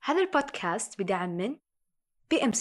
هذا البودكاست بدعم من BMC.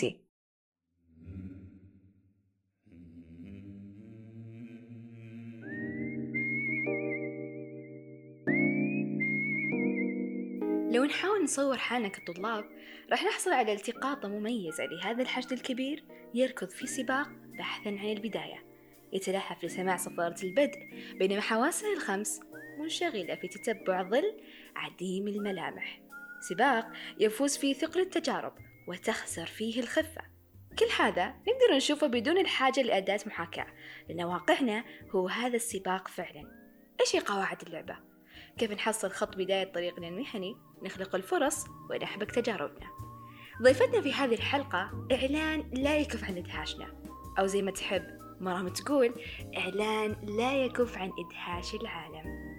لو نحاول نصور حالنا كطلاب راح نحصل على التقاطة مميزة لهذا الحشد الكبير يركض في سباق بحثا عن البداية، يتلهف لسماع صفارة البدء بينما حواسه الخمس منشغلة في تتبع ظل عديم الملامح. سباق يفوز فيه ثقل التجارب وتخسر فيه الخفة. كل هذا نقدر نشوفه بدون الحاجة لأداة محاكاة، لأن واقعنا هو هذا السباق فعلا. إيش هي قواعد اللعبة؟ كيف نحصل خط بداية طريقنا المهني؟ نخلق الفرص ونحبك تجاربنا. ضيفتنا في هذه الحلقة إعلان لا يكف عن إدهاشنا، أو زي ما تحب مرام تقول، إعلان لا يكف عن إدهاش العالم.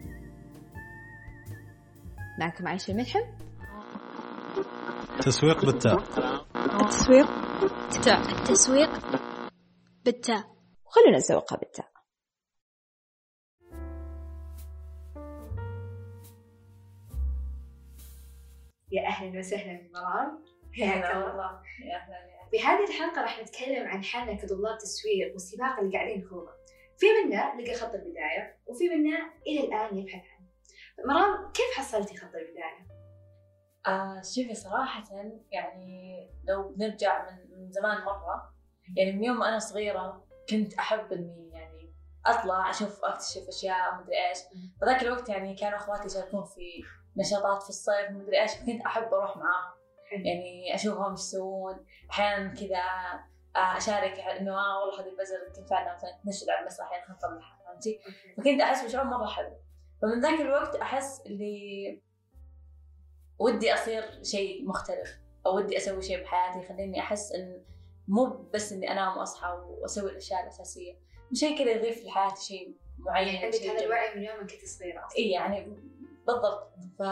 معكم عايشة الملحم. تسويق بالتاء. التسويق بالتاء. التسويق بالتاء. وخلونا نسوقها بالتاء. يا أهلا وسهلا مرام، حياك الله. يا أهلا. في هذه الحلقة راح نتكلم عن حالنا كطلاب تسويق والسباق اللي قاعدين نخوضه. في منا لقى خط البداية وفي منا إلى الآن يبحث عنه. مرام، كيف حصلتي خط البداية؟ شوفي صراحة يعني لو بنرجع من زمان مرة، يعني من يوم أنا صغيرة كنت أحب إني يعني أطلع أكتشف أشياء مدري إيش. فذاك الوقت يعني كانوا أخواتي يشاركون في نشاطات في الصيف مدري إيش، فكنت أحب أروح معاهم. يعني أشوفهم يسوون أحيانا كذا، أشارك إنه والله هذه البزر تنفعنا مثلا نشد على المسرح يعني نطلعها، فهمتي؟ فكنت أحس بشعور مرة حلو. فمن ذاك الوقت أحس اللي ودي أصير شيء مختلف، أو ودي أسوي شيء بحياتي يخليني أحس إن مو بس إني أنام وأصحى وأسوي الأشياء الأساسية، شيء كذا يضيف لحياتي شيء معين. يعني عندك هذا الوعي من يوم كنت صغيرة أصلاً؟ إيه يعني بالضبط.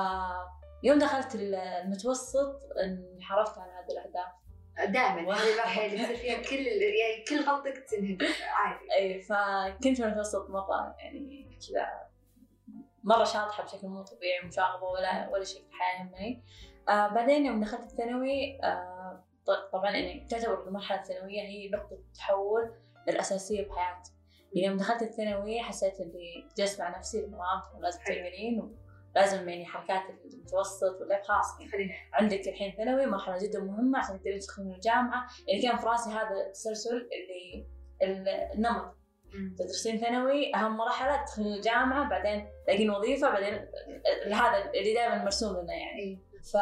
فيوم دخلت المتوسط انحرفت عن هذه الأهداف. دائما هذه المرحلة اللي تصير فيها كل غلطك تنهد عادي. أي فكنت في المتوسط مرة يعني كذا مرة شاطحة بشكل مو طبيعي، مشاغبة ولا شيء في الحياة يهمني. بعدين يوم دخلت الثانوي، طبعا يعني تعتبر المرحلة الثانوية هي نقطة تحول الأساسية بحياتي. يعني يوم دخلت الثانوي حسيت إني جلست مع نفسي مرام لازم تعملين، ولازم يعني حركات المتوسط ولا خلاص يعني عندك الحين ثانوي مرحلة جدا مهمة عشان تقدرين تدخلين الجامعة. يعني كان في راسي هذا التسلسل اللي النمط، تدرسين ثانوي أهم مرحلة، تدخلين الجامعة، بعدين تلاقين وظيفة، بعدين هذا اللي دائما مرسوم لنا يعني.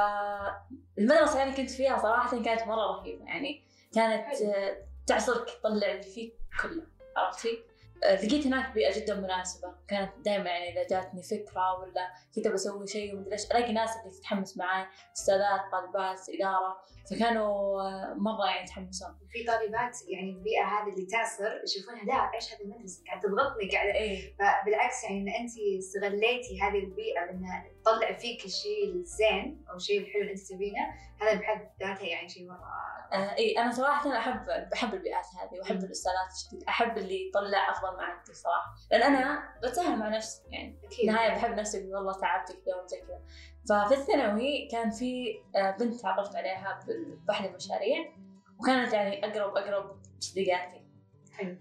فالمدرسة اللي كنت فيها صراحة كانت مرة رهيبة، يعني كانت تعصرك تطلع اللي فيك كله، عرفتي؟ لقيت هناك بيئة جدا مناسبة، كانت دائما يعني إذا جاتني فكرة ولا كنت بسوي شيء ومدري إيش ألاقي ناس اللي تتحمس معاي، أستاذات، طالبات، إدارة، فكانوا مرة يعني يتحمسون. في طالبات يعني البيئة هذه اللي تعصر يشوفونها لا إيش هذه المدرسة قاعدة تضغطني قاعدة. إيه. فبالعكس يعني إن أنت استغليتي هذه البيئة إنها تطلع فيك الشيء الزين أو الشيء الحلو اللي أنت تبينه، هذا بحد ذاته يعني شيء مرة. إيه أنا صراحة بحب البيئات هذه وأحب الأستاذات الشديد، أحب اللي يطلع أفضل معك صراحة، لأن أنا بتساهل مع نفسي يعني نهاية بحب نفسي والله تعبتك اليوم زي كذا. ففي الثانوي كان في بنت تعرفت عليها بأحد المشاريع، وكانت يعني أقرب صديقاتي. حلو.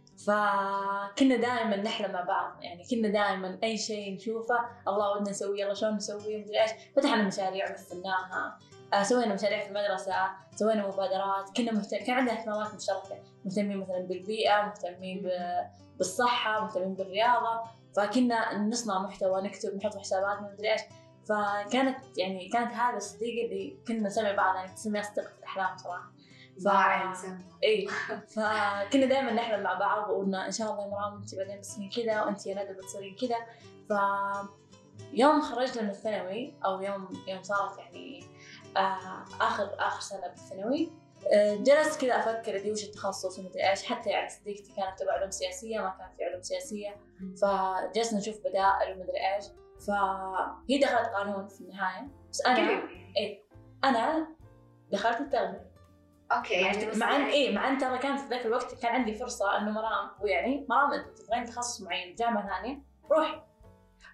فكنا دائما نحلم مع بعض، يعني كنا دائما أي شيء نشوفه الله ودنا نسويه، يلا شلون نسويه مدري إيش. فتحنا مشاريع مثلناها، سوينا مشاريع في المدرسة، سوينا مبادرات، كان عندنا اهتمامات مشتركة، مهتمين مثلا بالبيئة، مهتمين بالصحة، مهتمين بالرياضة. فكنا نصنع محتوى، نكتب، نحط حساباتنا مدري إيش. كانت هذا الصديق اللي كنا نسمي بعض، يعني نسميها صديقة الأحلام صراحة. إيه فكنا دائما نحلم مع بعض وقلنا إن شاء الله يا مرام أنت بعدين بتصيرين كذا وأنت يا ندى بتصيرين كذا. يوم خرجنا من الثانوي أو يوم صارت يعني آخر سنة بالثانوي، جلست كذا أفكر إذا وش التخصص ومدري إيش. حتى يعني صديقتي كانت تبع علوم سياسية، ما كانت في علوم سياسية، فجلسنا نشوف بدائل ومدري إيش. فهي دخلت قانون في النهاية، بس أنا دخلت التغذية. أوكي يعني مع أن ترى كان في ذاك الوقت كان عندي فرصة إنه مرام أنت تبغين تخصص معين بجامعة ثانية روحي،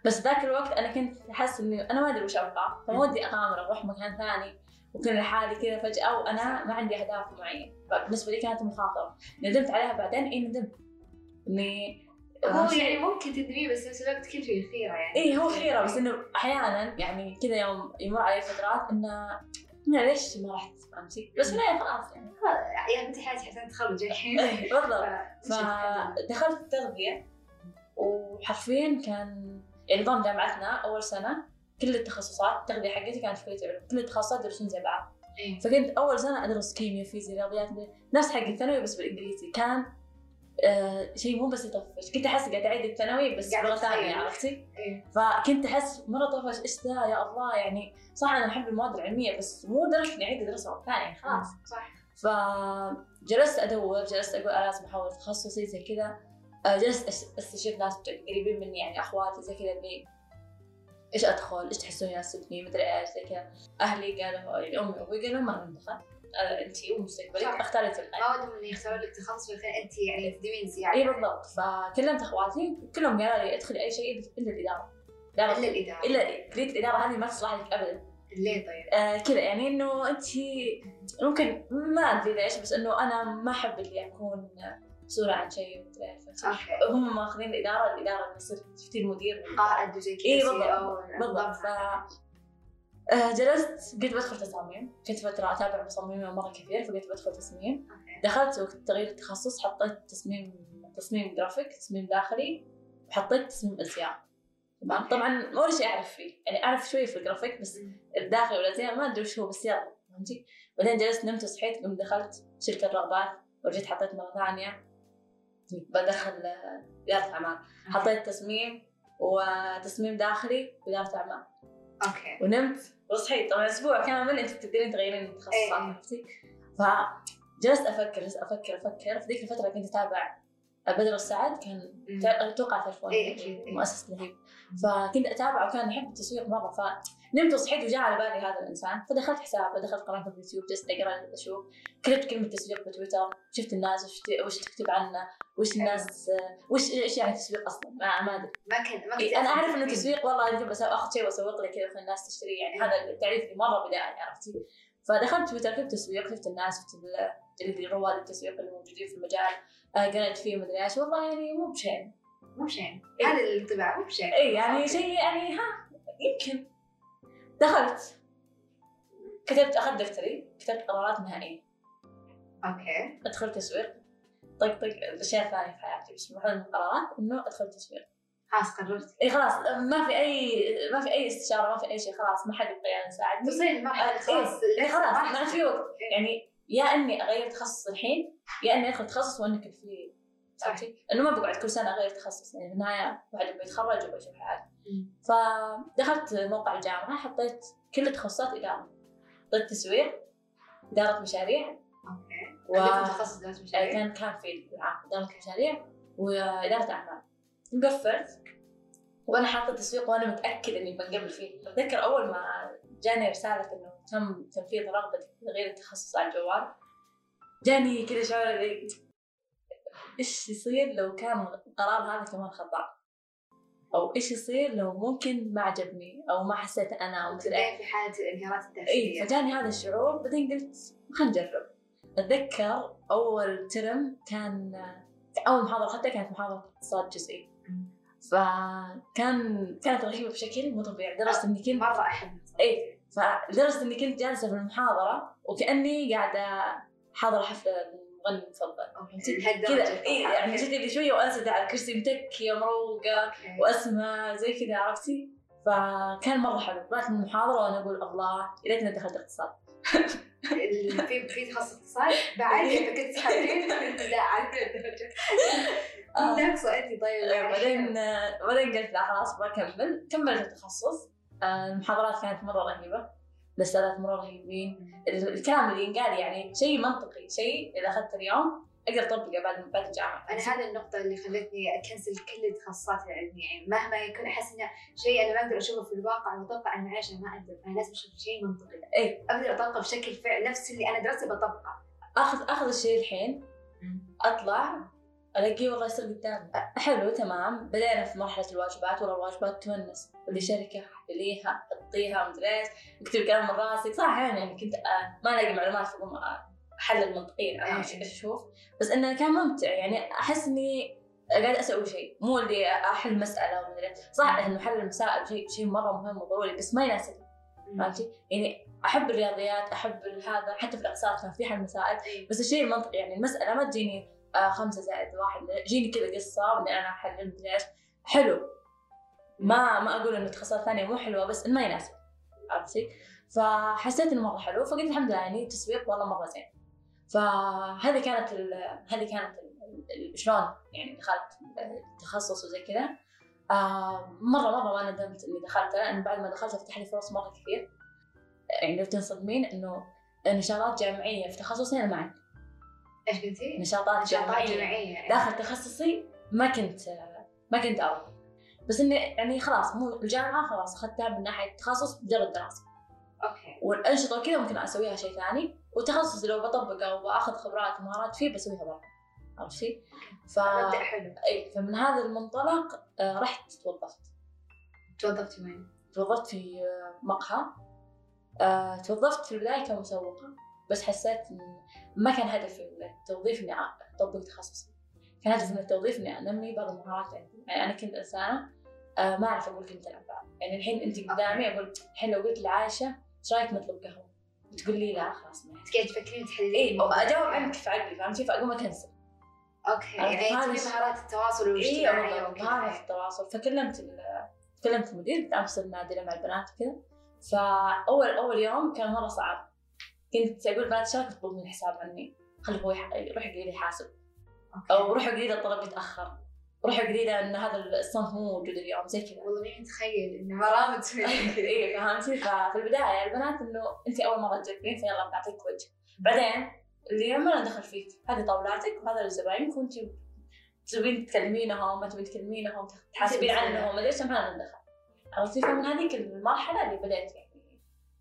بس ذاك الوقت أنا كنت أحس إني أنا ما أدري وش أبغى، فما ودي أغامر أروح مكان ثاني وكل لحالي كذا فجأة وأنا ما عندي أهداف معينة. فبالنسبة لي كانت مخاطرة، ندمت عليها بعدين. ندمت إني هو يعني ممكن تندمي بس نفس الوقت كل شيء خيرة يعني. هو خيرة، بس إنه أحياناً يعني كذا يوم يمر علي فترات إنه ليش ما رحت فهمتي؟ بس في النهاية خلاص يعني أنت حياتي حسن تخرج الحين. بالضبط. فدخلت التغذية وحرفيا كان يعني نظام جامعتنا أول سنة كل التخصصات التغذية حقتي كانت في كلية العلوم، كل التخصصات يدرسون زي بعض. فكنت أول سنة أدرس كيمياء فيزياء رياضيات نفس حق الثانوي بس بالإنجليزي. كان شيء مو بس يطفش، كنت أحس قاعد أعيد الثانوي بس بلغة ثانية عرفتي؟ فكنت أحس مرة طفش إيش ذا يا الله يعني. صح أنا أحب المواد العلمية بس مو درجة إني أعيد أدرسها مرة ثانية خلاص. صح. فجلست أدور، جلست أقول لازم أحول تخصصي زي كذا. جلست استشير ناس قريبين مني يعني أخواتي زي كذا اللي إيش أدخل، إيش تحسون يناسبني، مدري إيش زي كذا. أهلي قالوا يعني أمي وأبوي قالوا ما ندخل، أنتي ومستقبلك اختاري تلقين. ما ودهم إني يختاروا لك تخصص مثلا أنت يعني تدمين زيادة. إيه بالضبط. فكلمت أخواتي كلهم قالوا لي ادخلي أي شيء إلا الإدارة. إلا كلية الإدارة هذه ما تصلح لك أبدا. ليه طيب؟ كذا يعني إنه أنتي ممكن ما أدري ليش بس إنه أنا ما أحب اللي أكون مسؤولة عن شيء مدري. هم ماخذين الإدارة إنه يصير تفتي المدير قائد وزي كذا. إيه بالضبط. جلست قلت بدخل تصاميم، كنت فترة أتابع مصممين مرة كثير فقلت بدخل تصميم. دخلت وقت تغيير التخصص حطيت تصميم جرافيك، تصميم داخلي، وحطيت تصميم أزياء. طبعا ما ولا شيء أعرف فيه يعني أعرف شوي في الجرافيك بس الداخلي والأزياء ما أدري وش هو بس يلا فهمتي. بعدين جلست نمت وصحيت قمت دخلت شركة الرغبات ورجيت حطيت مرة ثانية بدخل إدارة أعمال. حطيت تصميم وتصميم داخلي وإدارة أعمال. أوكي. ونمت وصحيت. طبعا أسبوع كامل أنت تقدرين تغيرين التخصصات عرفتي. فجلست أفكر في ذيك الفترة كنت أتابع بدر السعد، كان أتوقع تعرفون مؤسس لهيب. فكنت أتابعه وكان يحب التسويق مرة. فنمت وصحيت وجاء على بالي هذا الإنسان فدخلت حساب، دخلت قناة في اليوتيوب جلست أقرأ أشوف، كتبت كلمة تسويق بتويتر، شفت الناس وش تكتب عنه، وش الناس وش يعني تسويق أصلاً ما أدري. ما كنت أنا أعرف إنه تسويق والله أجيب أخذ شيء وأسوق له كذا الناس تشتري يعني هذا التعريف اللي مرة بدائي عرفتي. فدخلت تويتر كتبت تسويق، شفت الناس اللي رواد التسويق اللي موجودين في المجال قرأت فيه مدري إيش والله يعني مو بشيء هذا الانطباع مو بشيء يعني شيء يعني يمكن. دخلت كتبت أخذ دفتري كتبت قرارات نهائية. أوكي. أدخل تسويق طق الأشياء الثانية في حياتي بس واحدة من القرارات إنه أدخل تسويق. خلاص قررت. خلاص ما في أي استشارة ما في أي شيء خلاص ما حد يبغى يساعدني. تصير مرحلة خلاص. خلاص ما في وقت يعني يا إني أغير تخصص الحين يا إني أدخل تخصص وأنك فيه فهمتي إنه ما بقعد كل سنة أغير تخصص يعني في النهاية واحد بيتخرج وبيشوف حياته. فدخلت موقع الجامعة حطيت كل التخصصات إدارة، حطيت تسويق، إدارة مشاريع. أوكي. تخصص إدارة مشاريع. كان في العام إدارة مشاريع وإدارة أعمال. قفلت وأنا حاطة تسويق وأنا متأكد إني بنقبل فيه. أتذكر أول ما جاني رسالة إنه تم تنفيذ رغبة تغيير التخصص على الجوال جاني كذا شعور إيش يصير لو كان القرار هذا كمان خطأ، أو إيش يصير لو ممكن ما عجبني أو ما حسيت أنا أو مثل في حالة الانهيارات الداخلية. فجاني هذا الشعور. بعدين قلت خلينا نجرب. أتذكر أول ترم كان أول محاضرة حتى كانت محاضرة اقتصاد جزئي. كانت رهيبة بشكل مو طبيعي لدرجة إني كنت مرة أحب. فلدرجة إني كنت جالسة في المحاضرة وكأني قاعدة حاضرة حفلة مغني مفضل كذا. يعني جيت لي شوية وأنسد على الكرسي متكية مروقة وأسمع زي كذا عرفتي. فكان مرة حلو. طلعت من المحاضرة وأنا أقول الله يا ريتني دخلت اقتصاد. في تخصص اقتصاد بعد كنت حابين لا عارف نفس أنت. طيب بعدين قلت لا خلاص بكمل. كملت التخصص. المحاضرات كانت مرة رهيبة، الأستاذات مرة رهيبين، الكلام اللي ينقال يعني شيء منطقي، شيء إذا أخذت اليوم أقدر أطبقه بعد الجامعة. أنا هذا النقطة اللي خلتني أكنسل كل التخصصات العلمية يعني مهما يكون أحس إنه شيء أنا ما أقدر أشوفه في الواقع وأطبقه. أنا معلش أنا ما أقدر، أنا لازم أشوف شيء منطقي. أقدر أطبقه بشكل فعل نفس اللي أنا درسته بطبقه. أخذ الشيء الحين أطلع الاقيه والله يصير قدامي حلو تمام. بدينا في مرحله الواجبات، والله الواجبات تونس، اللي شركه حليها حطيها مدري ايش، اكتب كلام من راسك صح. يعني كنت ما الاقي معلومات فقوم احلل منطقيا انا ايش اشوف، بس انه كان ممتع. يعني احس اني قاعد اسوي شيء، مو اللي احل مساله ومدري صح انه حل المسائل شيء مره مهم وضروري، بس ما يناسبني. فهمتي؟ يعني احب الرياضيات، احب هذا، حتى في الاقساط كان في حل مسائل، بس الشيء المنطقي. يعني المساله ما تجيني 5 زائد 1، جيني كذا قصه واني انا احلل مدري ايش. حلو، ما اقول انه التخصصات الثانيه مو حلوه، بس انه ما يناسب. عرفتي؟ فحسيت انه مره حلو، فقلت الحمد لله يعني تسويق والله مره زين. فهذه كانت شلون يعني دخلت التخصص وزي كذا. مرة ما ندمت إني دخلتها، لأن بعد ما دخلت فتح لي فرص مرة كثير. يعني لو تنصدمين إنه نشاطات جامعية في تخصصي أنا ما عندي. إيش قلتي؟ نشاطات جامعية داخل تخصصي ما كنت أروح، بس إني يعني خلاص مو الجامعة خلاص أخذتها من ناحية تخصص مجرد دراسة. أوكي. والأنشطة كذا ممكن أسويها شيء ثاني، وتخصصي لو بطبق أو بأخذ خبرات ومهارات فيه بسويها برا. عرفتي؟ مبدأ حلو. أي، فمن هذا المنطلق رحت توظفتي وين؟ توظفت في مقهى. توظفت في البداية كمسوقة، بس حسيت إن ما كان هدفي من التوظيف إني أطبق تخصصي. كان هدفي من التوظيف إني أنمي بعض المهارات عندي. يعني أنا كنت إنسانة ما أعرف أقول كلمة الأنفع. يعني الحين أنت قدامي أقول الحين لو قلت لعائشة إيش رأيك نطلب قهوة؟ تقول لي لا خلاص ما تقعد تفكرين تحللين. إيه، وأجاوب عنك في عقلي، فهمتي؟ فأقوم أكنسل. اوكي، يعني تبي مهارات التواصل الاجتماعي مهارات التواصل. فكلمت المدير، قلت أمس النادلة مع البنات وكذا. فأول يوم كان مرة صعب. كنت أقول بنات شارك تطلب من الحساب عني، خلي هو روح قولي لي حاسب، أو روح قولي لي الطلب يتأخر، روح قولي لي إن هذا الصنف مو موجود اليوم زي كذا. والله مين تخيل إنه مرامج تسوي كذا. إيه فهمتي؟ ففي البداية البنات إنه أنت أول مرة تجربين فيلا بنعطيك وجه. بعدين اللي لما ندخل فيك هذه طاولاتك وهذا الزباين، وأنت تبين تكلمينهم ما تبين تكلمينهم، تحاسبين عنهم، ليش ما ندخل. عرفتي؟ فمن هذيك المرحلة اللي بديت يعني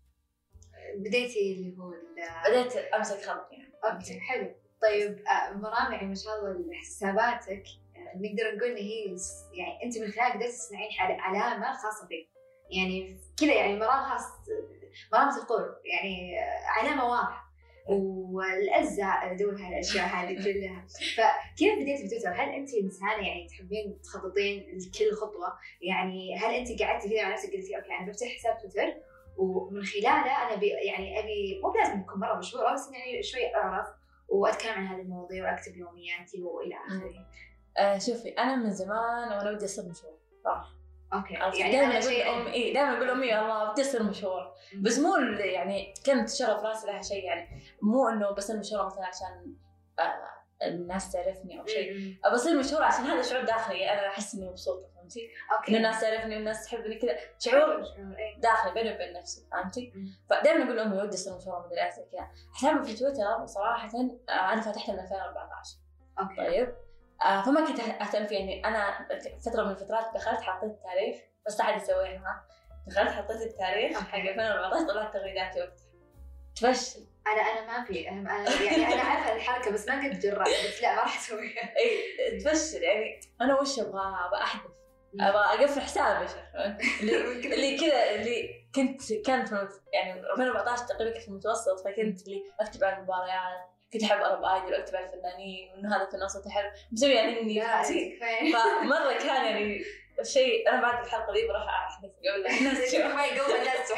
بديتي اللي هو بديت أمسك خط يعني. أوكي حلو. طيب مرامع ما شاء الله حساباتك نقدر نقول إن هي يعني أنت من خلالها قدرتي تصنعين علامة خاصة فيك، يعني كذا يعني مرامة القرب، يعني علامة واضحة. والأجزاء أدور هالأشياء هذه كلها. فكيف بديتي بتويتر؟ هل أنت إنسانة يعني تحبين تخططين لكل خطوة؟ يعني هل أنت قعدتي كذا مع نفسك قلتي أوكي أنا بفتح حساب تويتر ومن خلاله أنا يعني أبي مو لازم تكون مرة مشهورة، بس يعني شوي أعرف وأتكلم عن هذه المواضيع وأكتب يومياتي وإلى آخره. شوفي أنا من زمان وأنا ودي أصير مشهورة صراحة. اوكي، يعني دائما اقول امي الله بدي اصير مشهور، بس مو يعني كانت شغف راسي لها شيء. يعني مو انه بصير مشهوره مثلا عشان الناس تعرفني او شيء، بصير مشهوره عشان هذا شعور داخلي انا احس اني مبسوطه. فهمتي؟ انه الناس تعرفني والناس تحبني كذا، شعور داخلي بيني وبين نفسي. فهمتي؟ فدائما اقول امي ودي اصير مشهوره مدري ايش كذا. حسابي في تويتر صراحه انا فتحته من 2014. اوكي طيب فما كنت أهتم فيه. يعني أنا فترة من الفترات دخلت حطيت التاريخ، بس أحد يسويها. دخلت حطيت التاريخ حق 2014 طلعت تغريداتي وقتها تفشل. أنا ما في يعني أنا عارفة الحركة بس ما كنت جرأت، بس لا ما راح أسويها. إيه تفشل. يعني أنا وش أبغى أحدث، أبغى أقفل حسابي اللي كذا اللي كانت يعني 2014 تقريبا في المتوسط، فكنت اللي أكتب عن المباريات، كنت أحب أرب آيدل وأكتب على الفنانين وإنه هذا فنان صوته حلو مسوي يعني إني فمرة كان يعني شيء. أنا بعد الحلقة دي بروح أحدث قبل الناس ما يقوم الناس.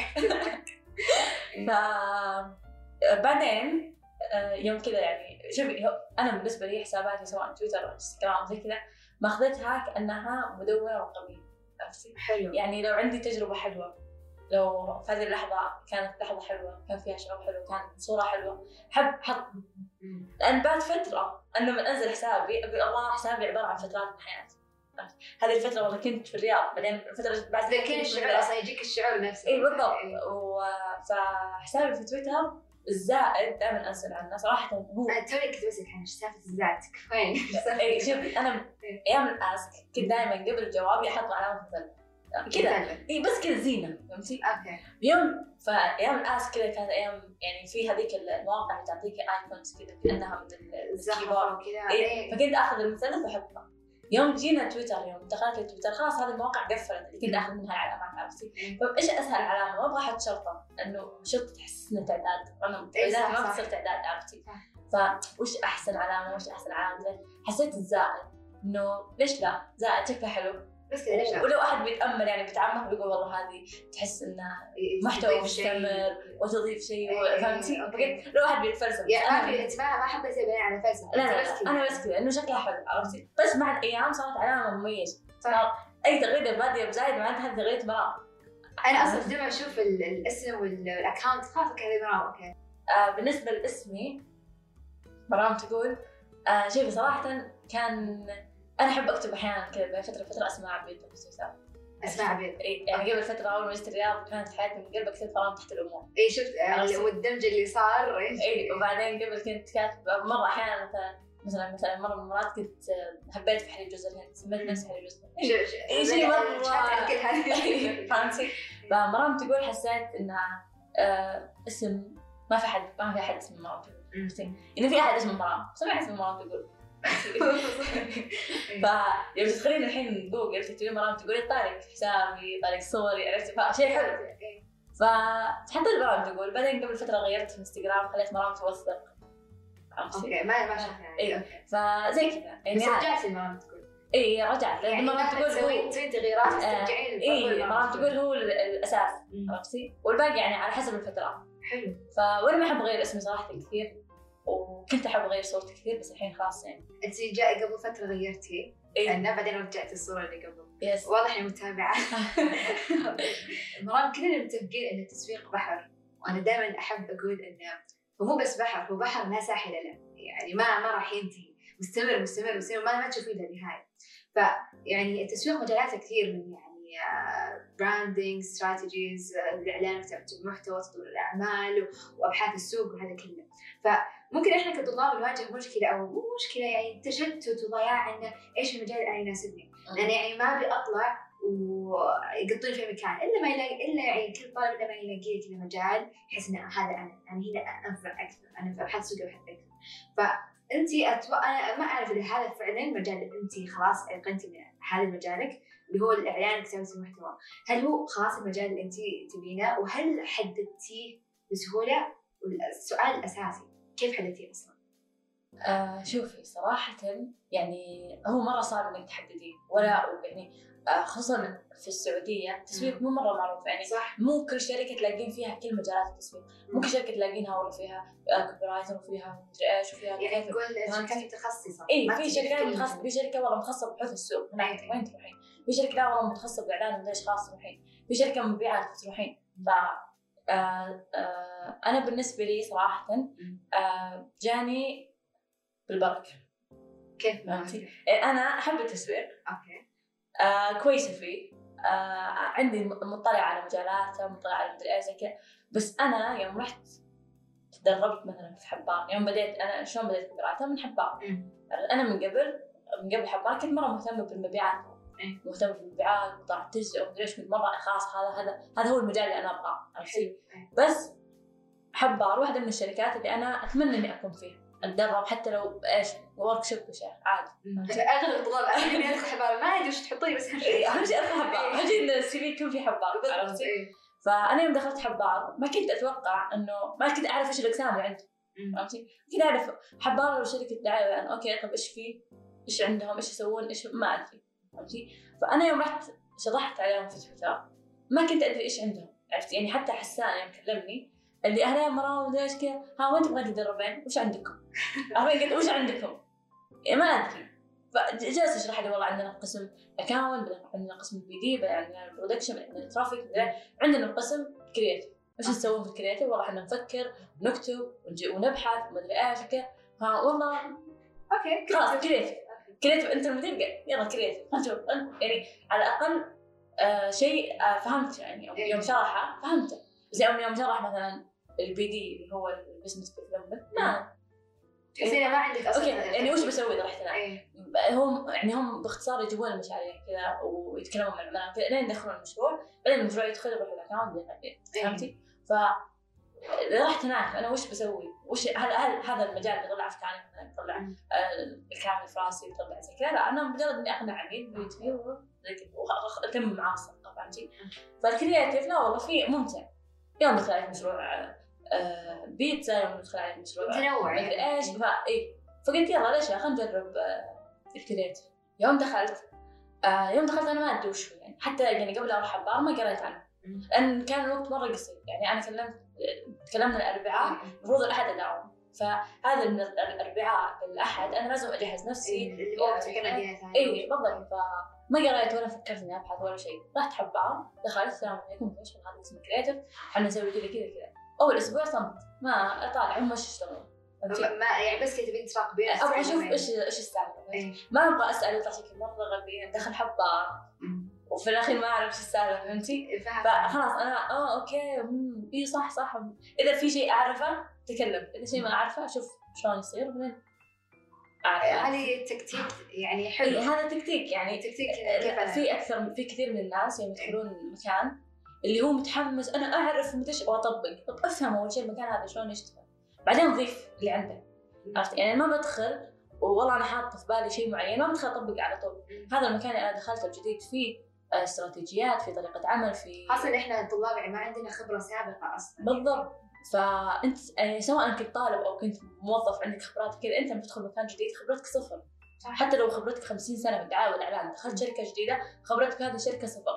بعدين يوم كذا يعني شوفي أنا بالنسبة لي حساباتي سواء تويتر أو إنستغرام زي كذا ما أخذتها كأنها مدونة رقمية. حلو. يعني لو عندي تجربة حلوة، لو في هذه اللحظة كانت لحظة حلوة، كان فيها شعور حلو، كانت صورة حلوة، حط. لأن بعد فترة أنا من أنزل حسابي أقول الله حسابي عبارة عن فترات من حياتي. هذه الفترة والله كنت في الرياض، بعدين الفترة بعد كان الشعور أصلا يجيك الشعور نفسه. إيه بالضبط. فحسابي في تويتر الزائد دائما أنزل عنه صراحة. هو أنا توني كنت بسأل عن سالفة الزائد وين؟ إيه شوفي أنا أيام الأسك كنت دائما قبل جوابي أحط علامة مثلث. كذا اي بس كذا زينه فهمتي؟ اوكي فايام الاس كذا كانت ايام يعني في هذيك المواقع اللي تعطيك ايكونز كذا كانها من الزخرفه وكذا. إيه. فكنت اخذ المثلث واحطها. يوم جينا تويتر، يوم دخلت تويتر خلاص هذه المواقع قفلت اللي كنت اخذ منها العلامات عرفتي. فايش اسهل علامه؟ ما ابغى احط شرطه انه شرطه تحسسنا تعداد، انا تعداد ما بتصير تعداد عرفتي. فوش احسن علامه وش احسن علامه؟ حسيت الزائد انه ليش لا زائد شكله حلو بس كذا ليش لا؟ ولو احد بيتامل يعني بيتعمق بيقول والله هذه تحس انها محتوى مستمر وتضيف شيء فهمتي. لو واحد بيتفلسف يعني ما في انتباه، ما حبيت ابين على فلسفه. لا انا بس كذا انه شكلها حلو عرفتي. بس مع الايام صارت علامه مميزه. اي تغريده باديه بزايد معناتها هذه تغريده مرام. انا اصلا دائما اشوف الاسم والاكونت خلاص كذا مرام. اوكي بالنسبه لاسمي مرام تقول شوفي صراحه كان انا احب اكتب احيانا كذا بين فتره اسماء عبيد اسماء عبيد. يعني قبل فتره اول ما جيت الرياض كانت حياتي من قلب اكتب مرام تحت الامور. اي شفت والدمج اللي صار. اي وبعدين قبل كنت كاتبه مره احيانا مثلا مره من المرات كنت حبيت في حليب جوز الهند سميت نفسي حليب جوز الهند. اي شيء مره فهمتي. فمرام تقول حسيت انها اسم ما في احد اسمه مرام تقول يعني في احد اسمه مرام سمعت اسمه مرام تقول. فيوم تدخلين الحين جوجل تكتبين مرام تقولي طارق حسابي طارق صوري عرفتي فشيء حلو. فحطيت مرام تقول بعدين قبل فتره غيرت في الانستغرام خليت مرام توثق. اوكي ما شفت يعني. فزي كذا يعني رجعت مرام تقول. اي رجعت لأن مرام تقول تسوي تغييرات ترجعين. اي مرام تقول هو الاساس عرفتي والباقي يعني على حسب الفترات. حلو. وانا ما احب اغير اسمي صراحه كثير وكنت احب اغير صورتي كثير بس الحين خلاص يعني. انت جاي قبل فتره غيرتي انا بعدين رجعت الصوره اللي قبل. واضح اني متابعه. مرام كلنا متفقين ان التسويق بحر وانا دائما احب اقول انه هو مو بس بحر، هو بحر لا ساحل له يعني ما راح ينتهي مستمر ما تشوفين له نهايه. فيعني التسويق مجالاته كثير من يعني براندنج استراتيجيز الاعلان كتابه المحتوى تطوير الاعمال وابحاث السوق وهذا كله. فممكن احنا كطلاب نواجه مشكله او مو مشكله يعني تشتت وضياع انه ايش المجال اللي يناسبني. لان يعني ما ابي اطلع ويقطون في مكان الا ما يلاقي الا يعني كل طالب لما يلاقي كذا مجال يحس ان هذا انا هنا انفع اكثر انا في ابحاث سوق ابحث اكثر. فانتي انا ما اعرف اذا هذا فعلا المجال اللي انتي خلاص ايقنتي من هذا مجالك اللي هو الاعلان وكتابه المحتوى. هل هو خلاص المجال اللي انتي تبينه وهل حددتيه بسهوله؟ والسؤال الاساسي كيف حددتيه اصلا؟ شوفي صراحه يعني هو مره صعب انك تحدديه ولا يعني خصوصا في السعوديه التسويق مو مره معروف يعني صح. مو كل شركه تلاقين فيها كل مجالات التسويق. مو كل شركه تلاقينها والله فيها كوبي رايتر وفيها مدري ايش وفيها يعني تقول شركات متخصصه. اي في شركات متخصصه في شركه والله متخصصه ببحوث السوق هناك وين تروحين. في شركه لا والله متخصصه باعلان ومدري ايش خاص تروحين. في شركه مبيعات تروحين. انا بالنسبه لي صراحه جاني بالبركه. كيف فهمتي؟ انا احب التسويق. اوكي. كويسه فيه. عندي مطلع على مجالاته مطلع على مدري ايش زي كذا. بس انا يوم رحت تدربت مثلا في حبار يوم بديت انا شلون بديت قراءتها من حبار. انا من قبل حبار كنت مره مهتمه بالمبيعات. مهتمه بالمبيعات وطلع التسويق ومدري ايش كنت مره خلاص هذا هو المجال اللي انا ابغاه عرفتي. بس حبار واحده من الشركات اللي انا اتمنى اني اكون فيها اتدرب حتى لو ايش ورك شوب وشيء عادي. اغلب الطلاب احيانا يدخل حبار ما ادري وش تحطي بس اهم شيء ادخل حبار اهم شيء ان السي في يكون في حبار عرفتي. فانا يوم دخلت حبار ما كنت اتوقع انه ما كنت اعرف ايش الاقسام اللي عندهم فهمتي. كنت اعرف حبار وشركه دعايه يعني اوكي طب ايش فيه ايش عندهم ايش يسوون ايش ما ادري فهمتي. فانا يوم رحت شرحت عليهم في تويتر ما كنت ادري ايش عندهم عرفت يعني. حتى حسان يوم كلمني اللي اهلا مرام وداش كذا وين تبغين تدربين وش عندكم؟ عرفت قلت وش عندكم؟ ما ادري. فجلس اشرح لي والله عندنا قسم اكاونت عندنا قسم البي دي عندنا البرودكشن عندنا الترافيك عندنا قسم كرياتيف. وش تسوون في الكرياتيف؟ والله احنا نفكر ونكتب ونبحث وما ادري ايش كذا. والله اوكي خلاص كرياتيف انت المدير قال يلا كرياتيف يعني على الاقل شيء فهمت يعني يوم شرحه فهمته. بس يوم شرح مثلا البي دي اللي هو البزنس ديفلوبمنت ما تحسين ما عندك اصلا اوكي يعني وش بسوي اذا رحت هناك؟ إيه. هم باختصار يجيبون المشاريع كذا ويتكلمون مع العملاء كذا لين يدخلون المشروع، بعدين المشروع يدخل يروح الاكونت فهمتي؟ ف إذا رحت هناك أنا وش بسوي؟ هل هذا المجال بيطلع أفكاري مثلاً بيطلع الكلام في راسي بيطلع زي كذا؟ لا، أنا مجرد إني أقنع عميل بيتفي وأتم معاه الصفقة فهمتي؟ فالكرياتيف لا والله في ممتع. يوم ندخل عليك مشروع بيتزا، يوم ندخل عليك مشروع متنوع مدري إيش فقلت يلا ليش خلينا نجرب الكرياتيف. يوم دخلت أنا ما أدري وش يعني، حتى يعني قبل أروح البار ما قريت عنه لأن كان الوقت مرة قصير. يعني أنا تكلمنا الأربعاء، المفروض الأحد أداوم، فهذا من الأربعاء للأحد أنا لازم أجهز نفسي اللي هو مدينة ثانية. إيه بالضبط. فما قريت ولا فكرت إني أبحث ولا شيء، رحت حبار دخلت السلام عليكم إيش هذا اسمه كرياتيف، حنا نسوي كذا. أول أسبوع صمت ما أطالع هم إيش يشتغلون ما يعني بس كذا بنت تراقبين أبغى أشوف إيش السالفة. ما أبغى أسأل يطلع شكل مرة غبي دخل حبار وفي الأخير ما أعرف إيش السالفة فهمتي؟ فخلاص أنا أوكي إيه صح إذا في شيء أعرفه تكلم، إذا شيء ما أعرفه أشوف شلون يصير بعدين أعرف. هذه تكتيك يعني حلو. إيه هذا تكتيك يعني تكتيك في كثير من الناس يوم يدخلون المكان اللي هو متحمس أنا أعرف متى وأطبق. طب أفهم أول شيء المكان هذا شلون يشتغل، بعدين ضيف اللي عندك. عرفت يعني ما بدخل والله أنا حاطة في بالي شيء معين ما بدخل أطبق على طول. هذا المكان اللي أنا دخلته الجديد فيه استراتيجيات، في طريقة عمل، في خاصة إحنا الطلاب يعني ما عندنا خبرة سابقة أصلاً. بالضبط. فأنت يعني سواء كنت طالب أو كنت موظف عندك خبرات كذا، أنت بتدخل مكان جديد خبرتك صفر. حتى لو خبرتك 50 سنة بالدعاية والإعلان، دخلت شركة جديدة خبرتك هذه الشركة صفر.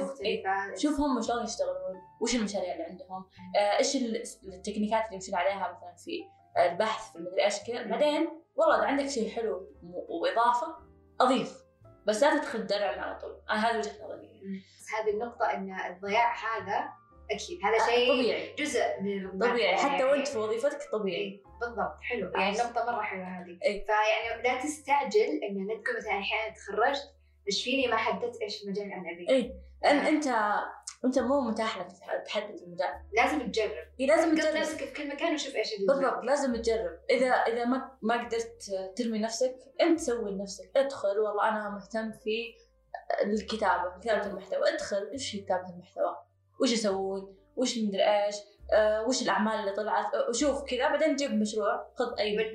شوف هم شلون يشتغلون، وش المشاريع اللي عندهم، إيش التكنيكات اللي يمشون عليها مثلا في البحث في المدري إيش كذا. بعدين والله إذا عندك شيء حلو وإضافة أضيف، بس لا تدخل درع على طول. هذه وجهة نظري. بس هذه النقطة إن الضياع هذا أكيد هذا شيء طبيعي، جزء من طبيعي حتى يعني وأنت في وظيفتك طبيعي. بالضبط. حلو يعني نقطة مرة حلوة هذه. أي. فيعني لا تستعجل إن لا تقول مثلا الحين تخرجت إيش فيني ما حددت إيش المجال اللي أنا أبيه. أنت مو متاح لك تحدد المجال، لازم تجرب. لازم تجرب نفسك في كل مكان وشوف إيش بالضبط. لازم تجرب. إذا ما قدرت ترمي نفسك أنت سوي لنفسك. ادخل والله أنا مهتم في كتابة المحتوى، ادخل إيش كتابة المحتوى، وش يسوون، وش مدري إيش، وش الأعمال اللي طلعت، وشوف كذا. بعدين جيب مشروع، خذ